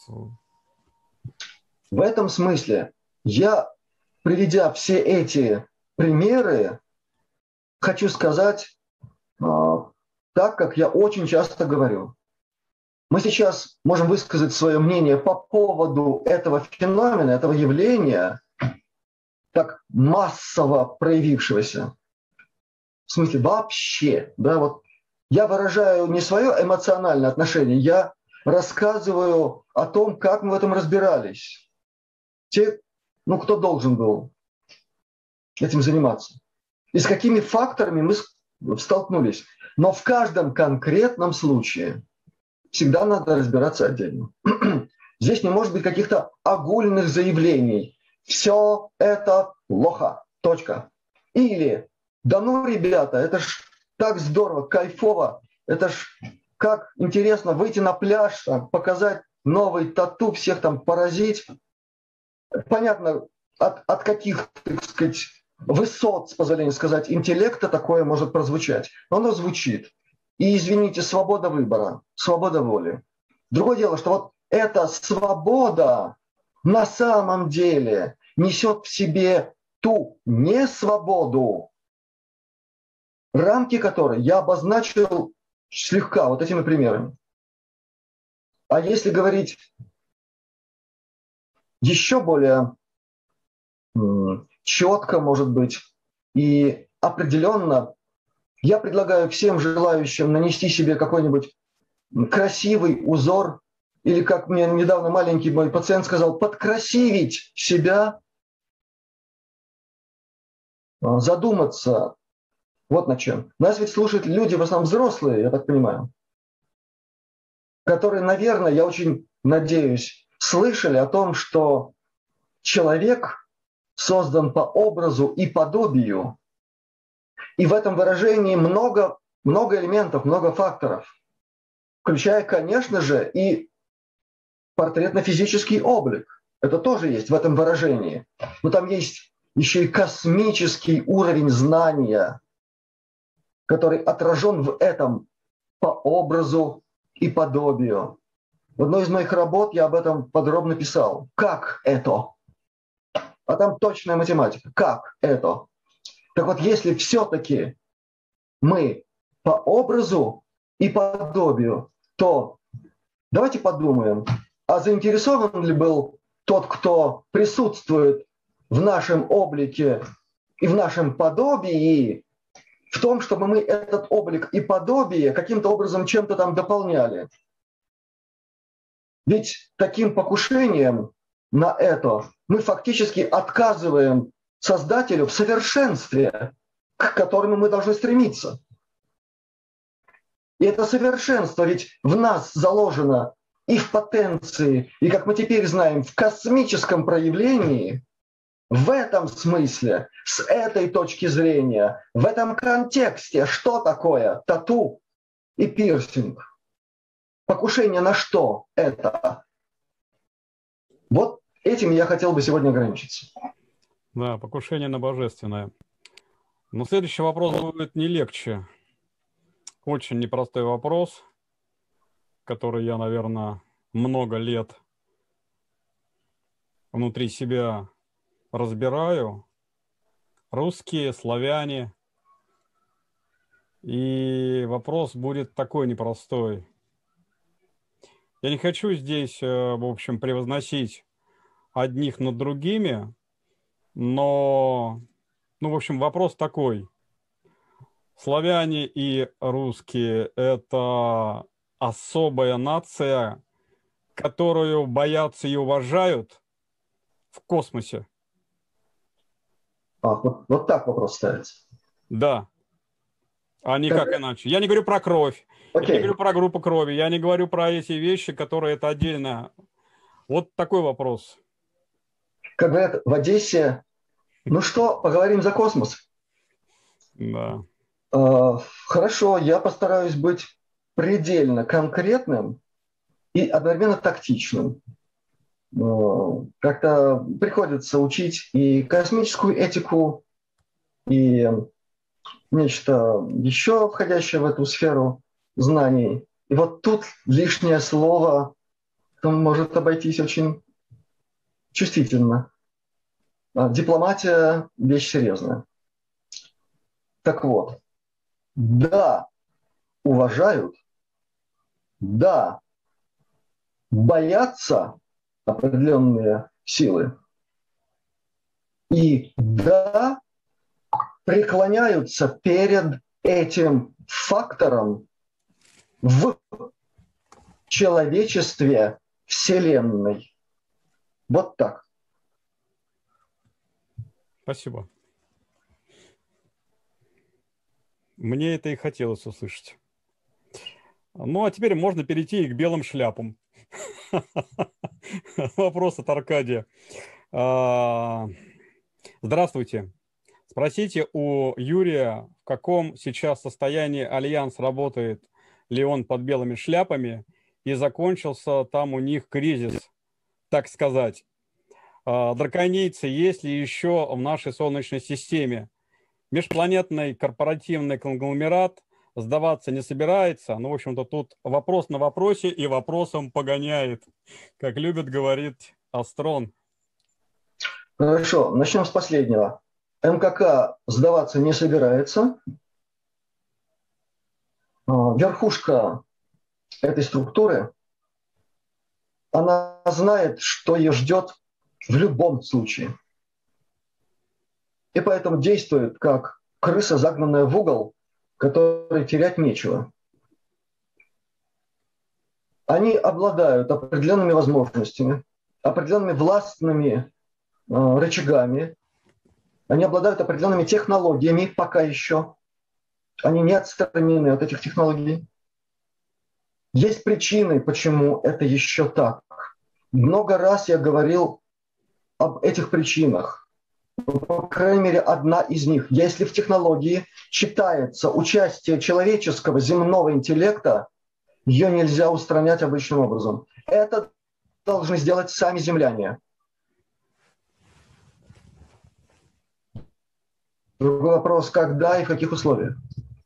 [SPEAKER 2] В этом смысле я, приведя все эти примеры, хочу сказать так, как я очень часто говорю. Мы сейчас можем высказать свое мнение по поводу этого феномена, этого явления, так массово проявившегося. В смысле вообще. Да, вот я выражаю не свое эмоциональное отношение, я рассказываю о том, как мы в этом разбирались. Те, кто должен был этим заниматься. И с какими факторами мы столкнулись. Но в каждом конкретном случае всегда надо разбираться отдельно. Здесь не может быть каких-то огульных заявлений. Все это плохо. Точка. Или, да ну, ребята, это ж так здорово, кайфово. Это ж как интересно выйти на пляж, показать новый тату, всех там поразить. Понятно, от каких, так сказать, высот, с позволения сказать, интеллекта такое может прозвучать. Но оно звучит. И, извините, свобода выбора, свобода воли. Другое дело, что вот эта свобода на самом деле несет в себе ту несвободу, рамки которой я обозначил слегка вот этими примерами. А если говорить еще более четко, может быть, и определенно, я предлагаю всем желающим нанести себе какой-нибудь красивый узор, или, как мне недавно маленький мой пациент сказал, подкрасивить себя, задуматься, Вот на чем. Нас ведь слушают люди, в основном взрослые, я так понимаю, которые, наверное, я очень надеюсь, слышали о том, что человек создан по образу и подобию. И в этом выражении много элементов, много факторов, включая, конечно же, и портретно-физический облик. Это тоже есть в этом выражении. Но там есть еще и космический уровень знания, который отражен в этом по образу и подобию. В одной из моих работ я об этом подробно писал. Как это? А там точная математика. Как это? Так вот, если все-таки мы по образу и подобию, то давайте подумаем, а заинтересован ли был тот, кто присутствует в нашем облике и в нашем подобии, в том, чтобы мы этот облик и подобие каким-то образом чем-то там дополняли. Ведь таким покушением на это мы фактически отказываем Создателю в совершенстве, к которому мы должны стремиться. И это совершенство ведь в нас заложено и в потенции, и, как мы теперь знаем, в космическом проявлении. В этом смысле, с этой точки зрения, в этом контексте, что такое тату и пирсинг? Покушение на что это? Вот этим я хотел бы сегодня ограничиться.
[SPEAKER 1] Да, покушение на божественное. Но следующий вопрос будет не легче. Очень непростой вопрос, который я, наверное, много лет внутри себя разбираю. Русские, славяне. И вопрос будет такой непростой. Я не хочу здесь, в общем, превозносить одних над другими, но, в общем, вопрос такой. Славяне и русские – это особая нация, которую боятся и уважают в космосе.
[SPEAKER 2] Вот так вопрос ставится.
[SPEAKER 1] Да, а никак иначе. Я не говорю про кровь, я не говорю про группу крови, я не говорю про эти вещи, которые это отдельно. Вот такой вопрос.
[SPEAKER 2] Как говорят в Одессе, ну что, поговорим за космос?
[SPEAKER 1] Да.
[SPEAKER 2] Хорошо, я постараюсь быть предельно конкретным и одновременно тактичным. Как-то приходится учить и космическую этику, и нечто еще входящее в эту сферу знаний. И вот тут лишнее слово может обойтись очень чувствительно. Дипломатия – вещь серьезная. Так вот, да, уважают, да, боятся определенные силы, и да, преклоняются перед этим фактором в человечестве Вселенной. Вот так.
[SPEAKER 1] Спасибо. Мне это и хотелось услышать. Ну, а теперь можно перейти и к белым шляпам. Вопрос от Аркадия. Здравствуйте. Спросите у Юрия, в каком сейчас состоянии альянс работает, ли он под белыми шляпами, и закончился там у них кризис, так сказать. Драконийцы есть ли еще в нашей Солнечной системе? Межпланетный корпоративный конгломерат сдаваться не собирается. Ну, в общем-то, тут вопрос на вопросе и вопросом погоняет, как любит говорить Астрон.
[SPEAKER 2] Хорошо, начнем с последнего. МКК сдаваться не собирается. Верхушка этой структуры, она знает, что ее ждет в любом случае. И поэтому действует как крыса, загнанная в угол, которой терять нечего. Они обладают определенными возможностями, определенными властными рычагами, они обладают определенными технологиями пока еще, Они не отстранены от этих технологий. Есть причины, почему это еще так. Много раз я говорил об этих причинах. По крайней мере, одна из них. Если в технологии читается участие человеческого земного интеллекта, ее нельзя устранять обычным образом. Это должны сделать сами земляне. Другой вопрос, когда и в каких условиях.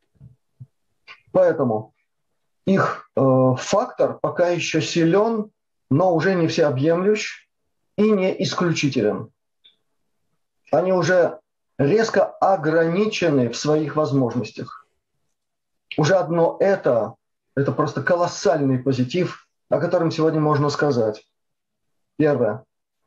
[SPEAKER 2] Поэтому их фактор пока еще силен, но уже не всеобъемлющ и не исключителен. Они уже резко ограничены в своих возможностях. Уже одно это просто колоссальный позитив, о котором сегодня можно сказать. Первое.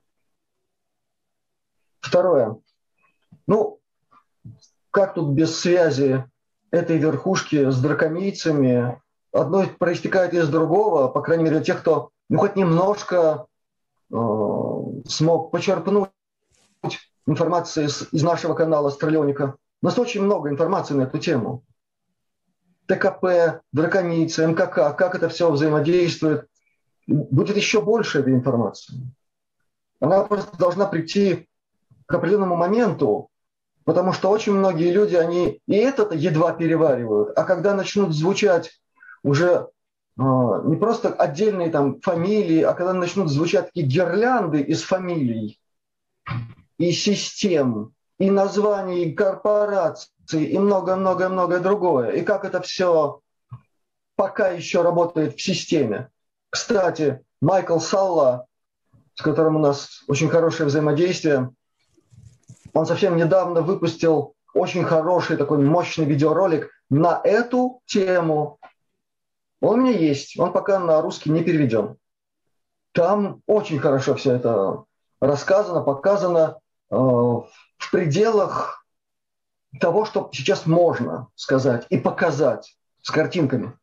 [SPEAKER 2] Второе. Ну, как тут без связи этой верхушки с драконийцами? Одно проистекает из другого, по крайней мере, для тех, кто хоть немножко смог почерпнуть информации из нашего канала Астралионика. У нас очень много информации на эту тему. ТКП, драконийцы, МКК, как это все взаимодействует. Будет еще больше этой информации. Она просто должна прийти к определенному моменту, потому что очень многие люди, они и это едва переваривают, а когда начнут звучать уже не просто отдельные там фамилии, а когда начнут звучать такие гирлянды из фамилий и систем, и названий и корпораций, и многое-многое-многое другое, и как это все пока еще работает в системе. Кстати, Майкл Салла, с которым у нас очень хорошее взаимодействие, он совсем недавно выпустил очень хороший такой мощный видеоролик на эту тему. Он у меня есть, он пока на русский не переведен. Там очень хорошо все это рассказано, показано в пределах того, что сейчас можно сказать и показать с картинками.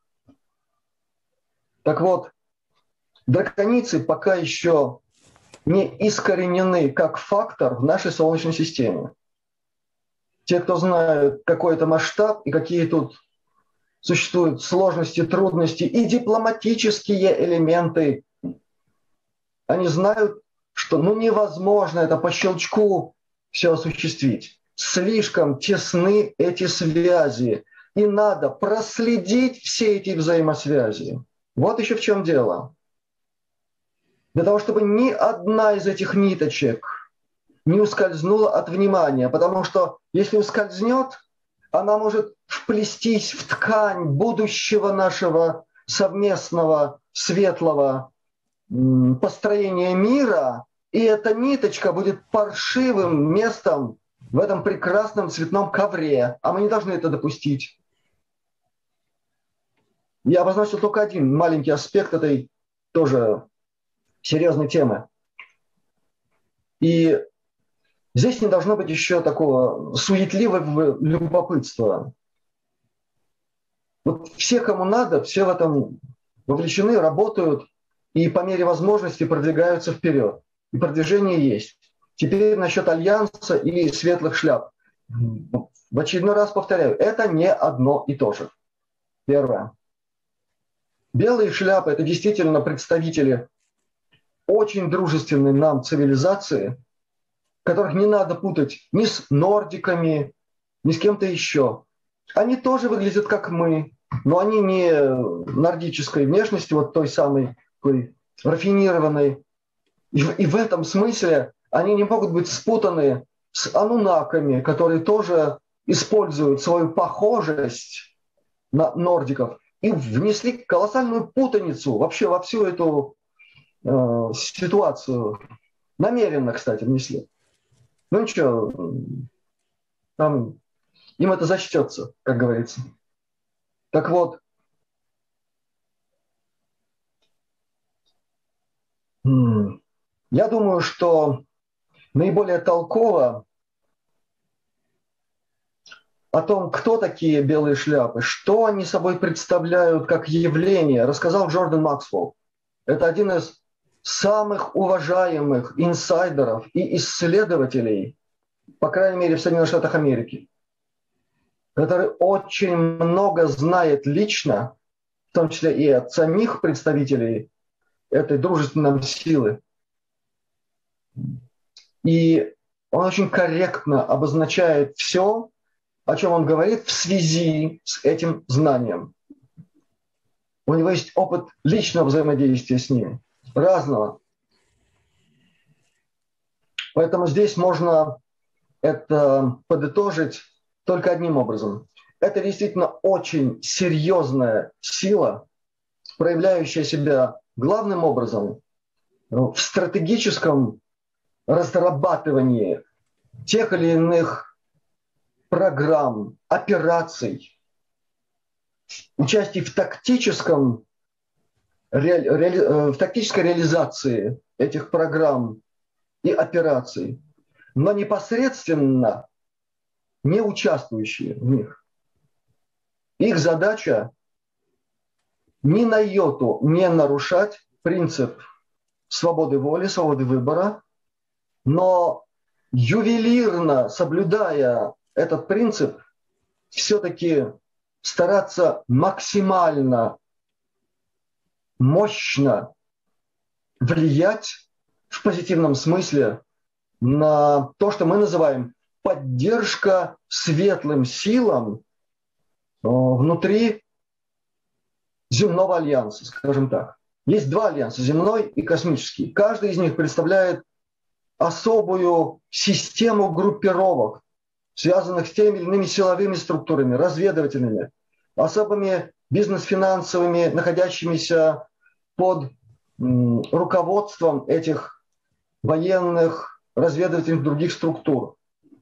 [SPEAKER 2] Так вот, драконийцы пока еще не искоренены как фактор в нашей Солнечной системе. Те, кто знают какой это масштаб и какие тут существуют сложности, трудности и дипломатические элементы, они знают, что невозможно это по щелчку все осуществить. Слишком тесны эти связи, и надо проследить все эти взаимосвязи. Вот еще в чем дело. Для того, чтобы ни одна из этих ниточек не ускользнула от внимания, потому что если ускользнет, она может вплестись в ткань будущего нашего совместного светлого построения мира, и эта ниточка будет паршивым местом в этом прекрасном цветном ковре, а мы не должны это допустить. Я обозначил только один маленький аспект этой тоже серьезной темы. И здесь не должно быть еще такого суетливого любопытства. Вот все, кому надо, все в этом вовлечены, работают и по мере возможности продвигаются вперед. И продвижение есть. Теперь насчет альянса и светлых шляп. В очередной раз повторяю, это не одно и то же. Первое. Белые шляпы – это действительно представители очень дружественной нам цивилизации, которых не надо путать ни с нордиками, ни с кем-то еще. Они тоже выглядят как мы, но они не нордической внешности, вот той самой такой рафинированной. И в этом смысле они не могут быть спутаны с анунаками, которые тоже используют свою похожесть на нордиков и внесли колоссальную путаницу вообще во всю эту ситуацию. Намеренно, кстати, внесли. Ну ничего, там им это зачтется, как говорится. Так вот, я думаю, что наиболее толково о том, кто такие белые шляпы, что они собой представляют как явление, рассказал Джордан Максвелл. Это один из самых уважаемых инсайдеров и исследователей, по крайней мере, в Соединенных Штатах Америки. который очень много знает лично, в том числе и от самих представителей этой дружественной нам силы. И он очень корректно обозначает все, о чем он говорит в связи с этим знанием. У него есть опыт личного взаимодействия с ним, разного. Поэтому здесь можно это подытожить только одним образом. Это действительно очень серьезная сила, проявляющая себя главным образом в стратегическом разрабатывании тех или иных программ, операций, участии в тактической реализации этих программ и операций, но непосредственно не участвующие в них. Их задача ни на йоту не нарушать принцип свободы воли, свободы выбора, но ювелирно соблюдая этот принцип, все-таки стараться максимально мощно влиять в позитивном смысле на то, что мы называем поддержка светлым силам внутри земного альянса, скажем так. Есть два альянса, земной и космический. Каждый из них представляет особую систему группировок, связанных с теми или иными силовыми структурами, разведывательными, особыми бизнес-финансовыми, находящимися под руководством этих военных, разведывательных других структур.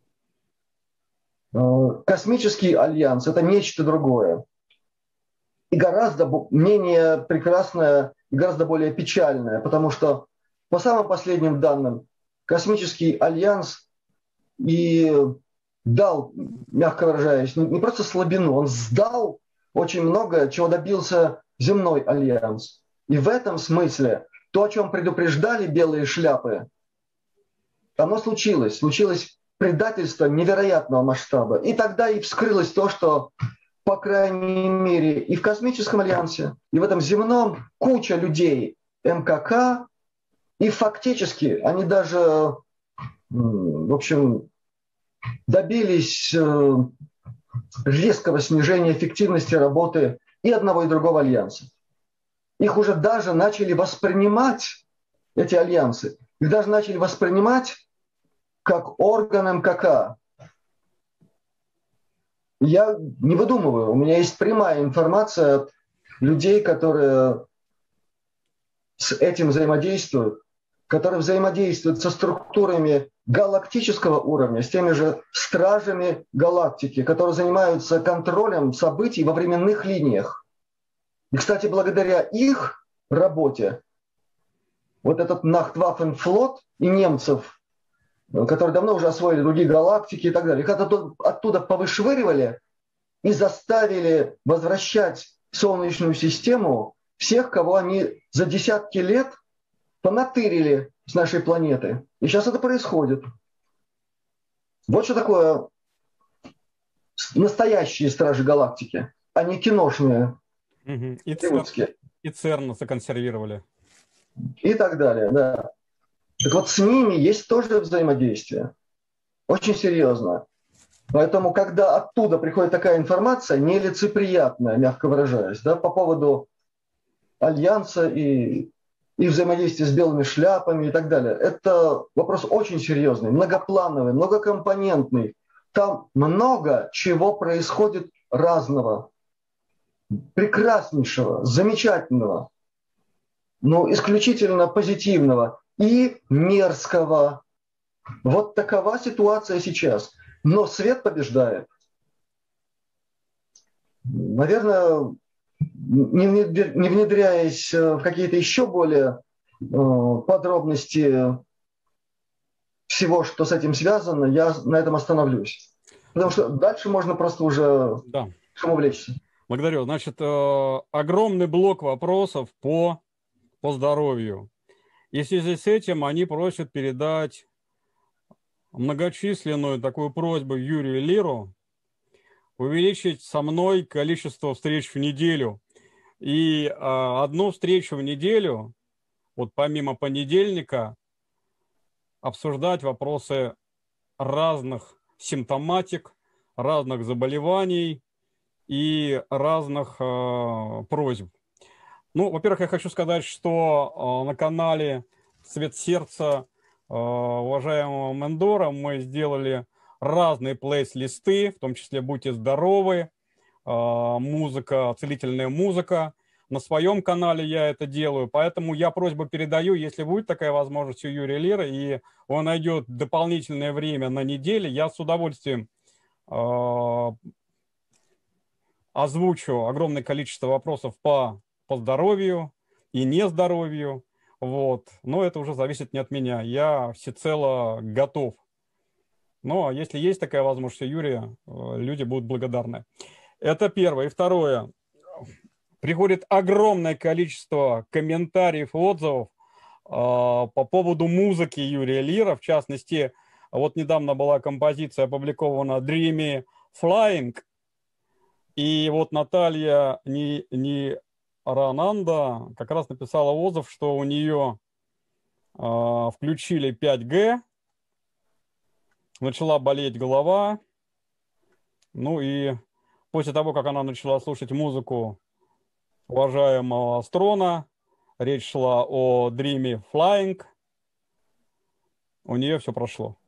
[SPEAKER 2] Космический альянс – это нечто другое. И гораздо менее прекрасное, и гораздо более печальное, потому что по самым последним данным Космический альянс и дал, мягко выражаясь, не просто слабину, он сдал очень много, чего добился земной альянс. И в этом смысле то, о чем предупреждали белые шляпы, оно случилось. Случилось предательство невероятного масштаба. И тогда и вскрылось то, что, по крайней мере, и в Космическом альянсе, и в этом земном куча людей МКК, и фактически они даже, в общем, добились резкого снижения эффективности работы и одного, и другого альянса. Их уже даже начали воспринимать, эти альянсы, их даже начали воспринимать как орган МКК. Я не выдумываю, у меня есть прямая информация от людей, которые с этим взаимодействуют, которые взаимодействуют со структурами галактического уровня, с теми же стражами галактики, которые занимаются контролем событий во временных линиях. И, кстати, благодаря их работе вот этот Нахтваффенфлот и немцев, которые давно уже освоили другие галактики и так далее, их оттуда повышвыривали и заставили возвращать в Солнечную систему всех, кого они за десятки лет понатырили с нашей планеты. И сейчас это происходит. Вот что такое настоящие стражи галактики, а не киношные.
[SPEAKER 1] И ЦЕРН законсервировали.
[SPEAKER 2] И так далее, да. Так вот, с ними есть тоже взаимодействие. Очень серьезно. Поэтому, когда оттуда приходит такая информация, нелицеприятная, мягко выражаясь, да, по поводу альянса и взаимодействия с белыми шляпами и так далее, это вопрос очень серьезный, многоплановый, многокомпонентный. Там много чего происходит разного, прекраснейшего, замечательного, но исключительно позитивного и мерзкого. Вот такова ситуация сейчас. Но свет побеждает. Наверное, не внедряясь в какие-то еще более подробности всего, что с этим связано, я на этом остановлюсь. Потому что дальше можно просто уже увлечься.
[SPEAKER 1] Благодарю. Значит, огромный блок вопросов по здоровью. И в связи с этим они просят передать многочисленную такую просьбу Юрию Лиру увеличить со мной количество встреч в неделю. И одну встречу в неделю, вот помимо понедельника, обсуждать вопросы разных симптоматик, разных заболеваний и разных просьб. Ну, во-первых, я хочу сказать, что на канале «Цвет сердца» уважаемого Мендора мы сделали разные плейлисты, в том числе «Будьте здоровы», музыка, целительная музыка. На своем канале я это делаю, поэтому я просьбу передаю, если будет такая возможность у Юрия Лера, и он найдет дополнительное время на неделе, я с удовольствием озвучу огромное количество вопросов по здоровью и нездоровью, вот. Но это уже зависит не от меня, я всецело готов. Но если есть такая возможность у Юрия, люди будут благодарны. Это первое. И второе. Приходит огромное количество комментариев и отзывов по поводу музыки Юрия Лира. В частности, вот недавно была композиция опубликована «Dreamy Flying». И вот Наталья Рананда как раз написала отзыв, что у нее включили 5G, начала болеть голова. Ну и после того, как она начала слушать музыку уважаемого Астрона, речь шла о Dreamy Flying, у нее все прошло.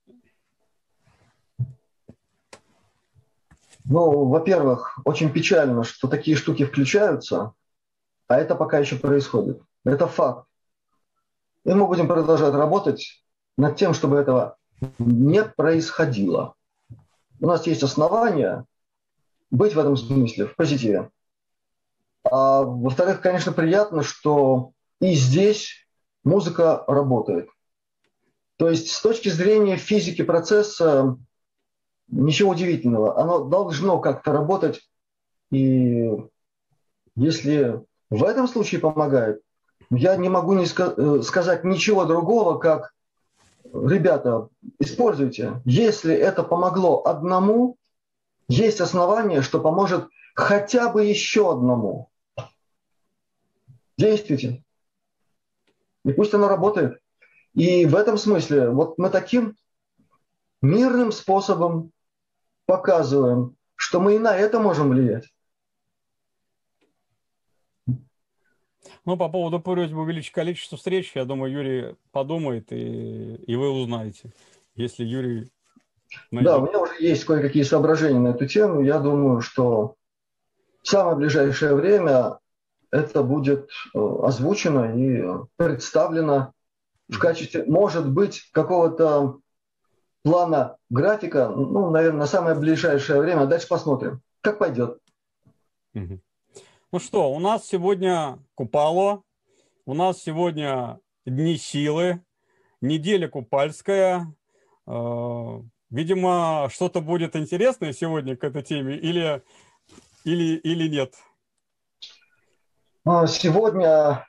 [SPEAKER 2] Ну, во-первых, очень печально, что такие штуки включаются, а это пока еще происходит. Это факт. И мы будем продолжать работать над тем, чтобы этого не происходило. У нас есть основания быть в этом смысле в позитиве. А во-вторых, конечно, приятно, что и здесь музыка работает. То есть с точки зрения физики процесса ничего удивительного. Оно должно как-то работать. И если в этом случае помогает, я не могу сказать ничего другого, как: ребята, используйте. Если это помогло одному, есть основания, что поможет хотя бы еще одному. Действуйте. И пусть оно работает. И в этом смысле вот мы таким мирным способом показываем, что мы и на это можем влиять.
[SPEAKER 1] Ну, по поводу просьбы увеличить количество встреч, я думаю, Юрий подумает, и вы узнаете, если Юрий найдет.
[SPEAKER 2] Да, у меня уже есть кое-какие соображения на эту тему. Я думаю, что в самое ближайшее время это будет озвучено и представлено в качестве, может быть, какого-то плана графика, ну, наверное, на самое ближайшее время. А дальше посмотрим, как пойдет.
[SPEAKER 1] Ну что, у нас сегодня Купало, у нас сегодня Дни силы, неделя купальская. Видимо, что-то будет интересное сегодня к этой теме или нет?
[SPEAKER 2] Сегодня,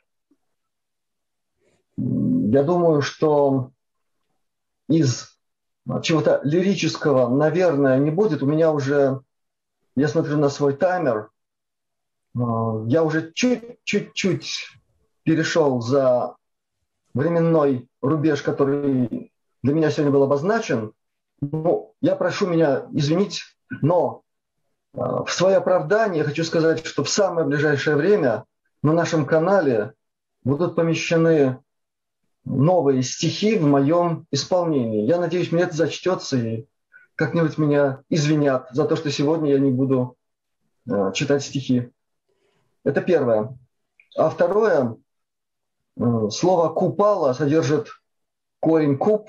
[SPEAKER 2] я думаю, что из чего-то лирического, наверное, не будет. У меня уже, я смотрю на свой таймер, я уже чуть-чуть перешел за временной рубеж, который для меня сегодня был обозначен. Ну, я прошу меня извинить, но в свое оправдание я хочу сказать, что в самое ближайшее время на нашем канале будут помещены новые стихи в моем исполнении. Я надеюсь, мне это зачтется и как-нибудь меня извинят за то, что сегодня я не буду читать стихи. Это первое. А второе, слово «купала» содержит корень «куп»,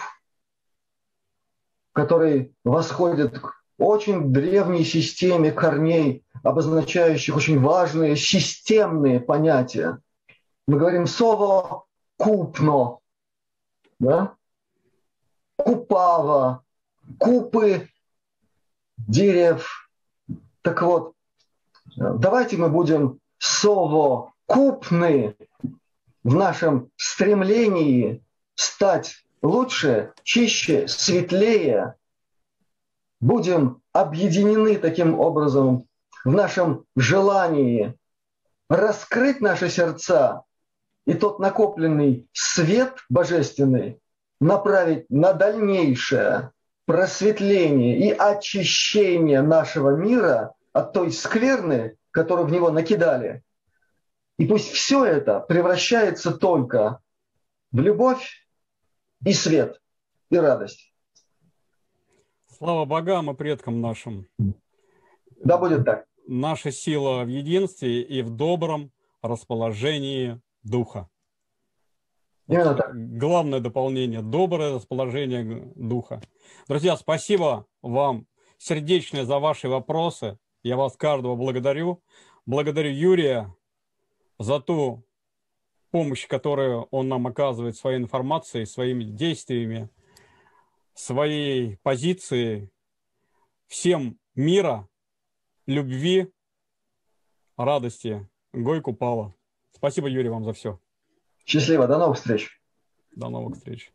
[SPEAKER 2] который восходит к очень древней системе корней, обозначающих очень важные системные понятия. Мы говорим «сово купно», да? «Купава», «купы дерев». Так вот, давайте мы будем совокупны в нашем стремлении стать лучше, чище, светлее. Будем объединены таким образом в нашем желании раскрыть наши сердца и тот накопленный свет божественный направить на дальнейшее просветление и очищение нашего мира от той скверны, которую в него накидали. И пусть все это превращается только в любовь и свет, и радость.
[SPEAKER 1] Слава богам и предкам нашим.
[SPEAKER 2] Да будет так.
[SPEAKER 1] Наша сила в единстве и в добром расположении духа.
[SPEAKER 2] Именно так.
[SPEAKER 1] Главное дополнение – доброе расположение духа. Друзья, спасибо вам сердечное за ваши вопросы. Я вас каждого благодарю. Благодарю Юрия за ту помощь, которую он нам оказывает своей информацией, своими действиями, своей позицией. Всем мира, любви, радости. Гой Купала. Спасибо, Юрий, вам за все.
[SPEAKER 2] Счастливо. До новых встреч.
[SPEAKER 1] До новых встреч.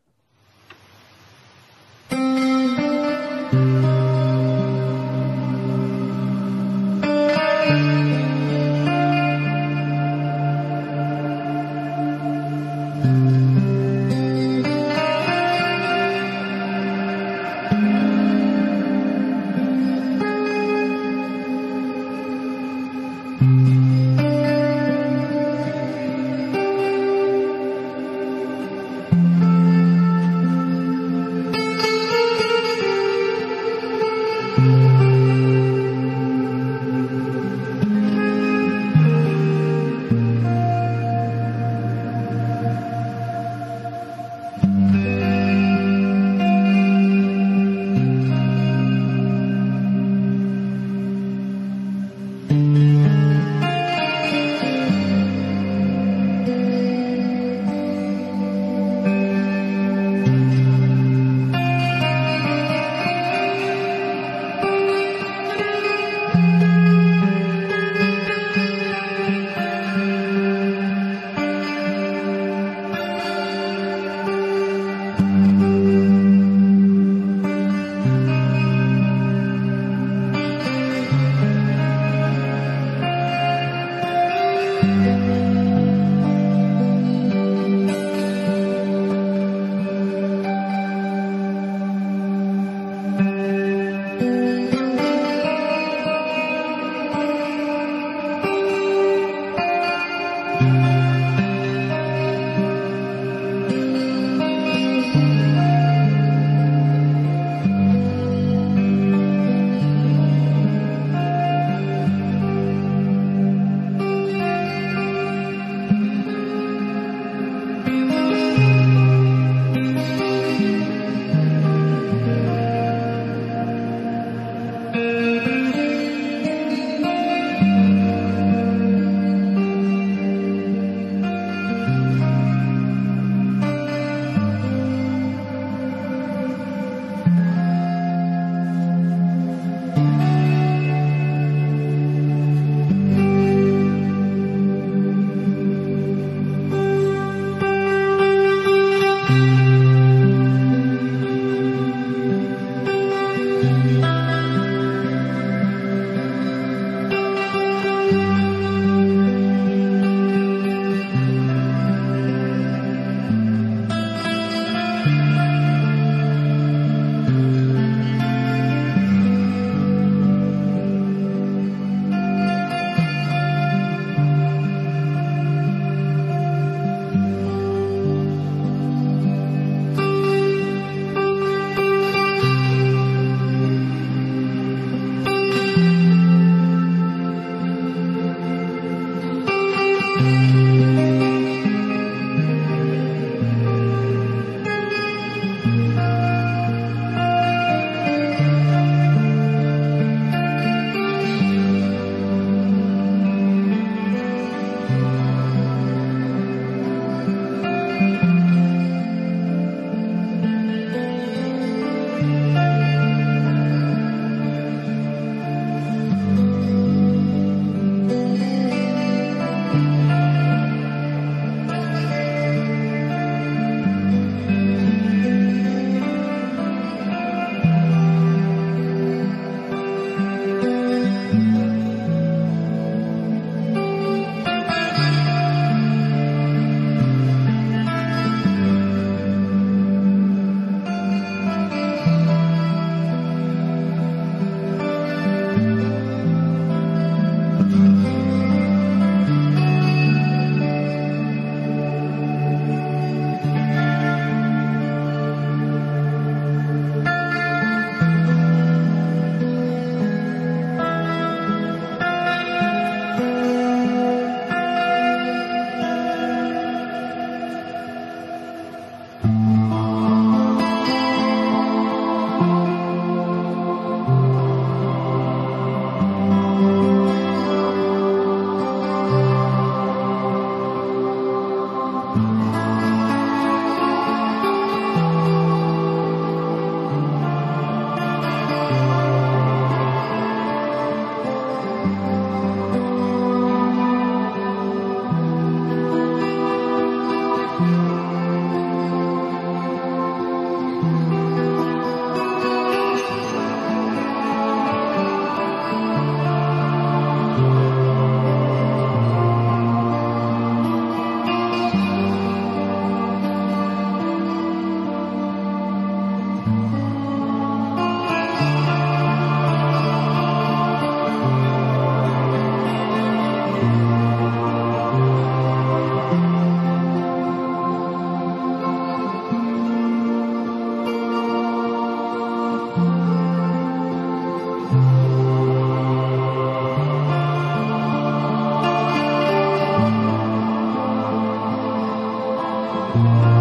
[SPEAKER 3] Thank you.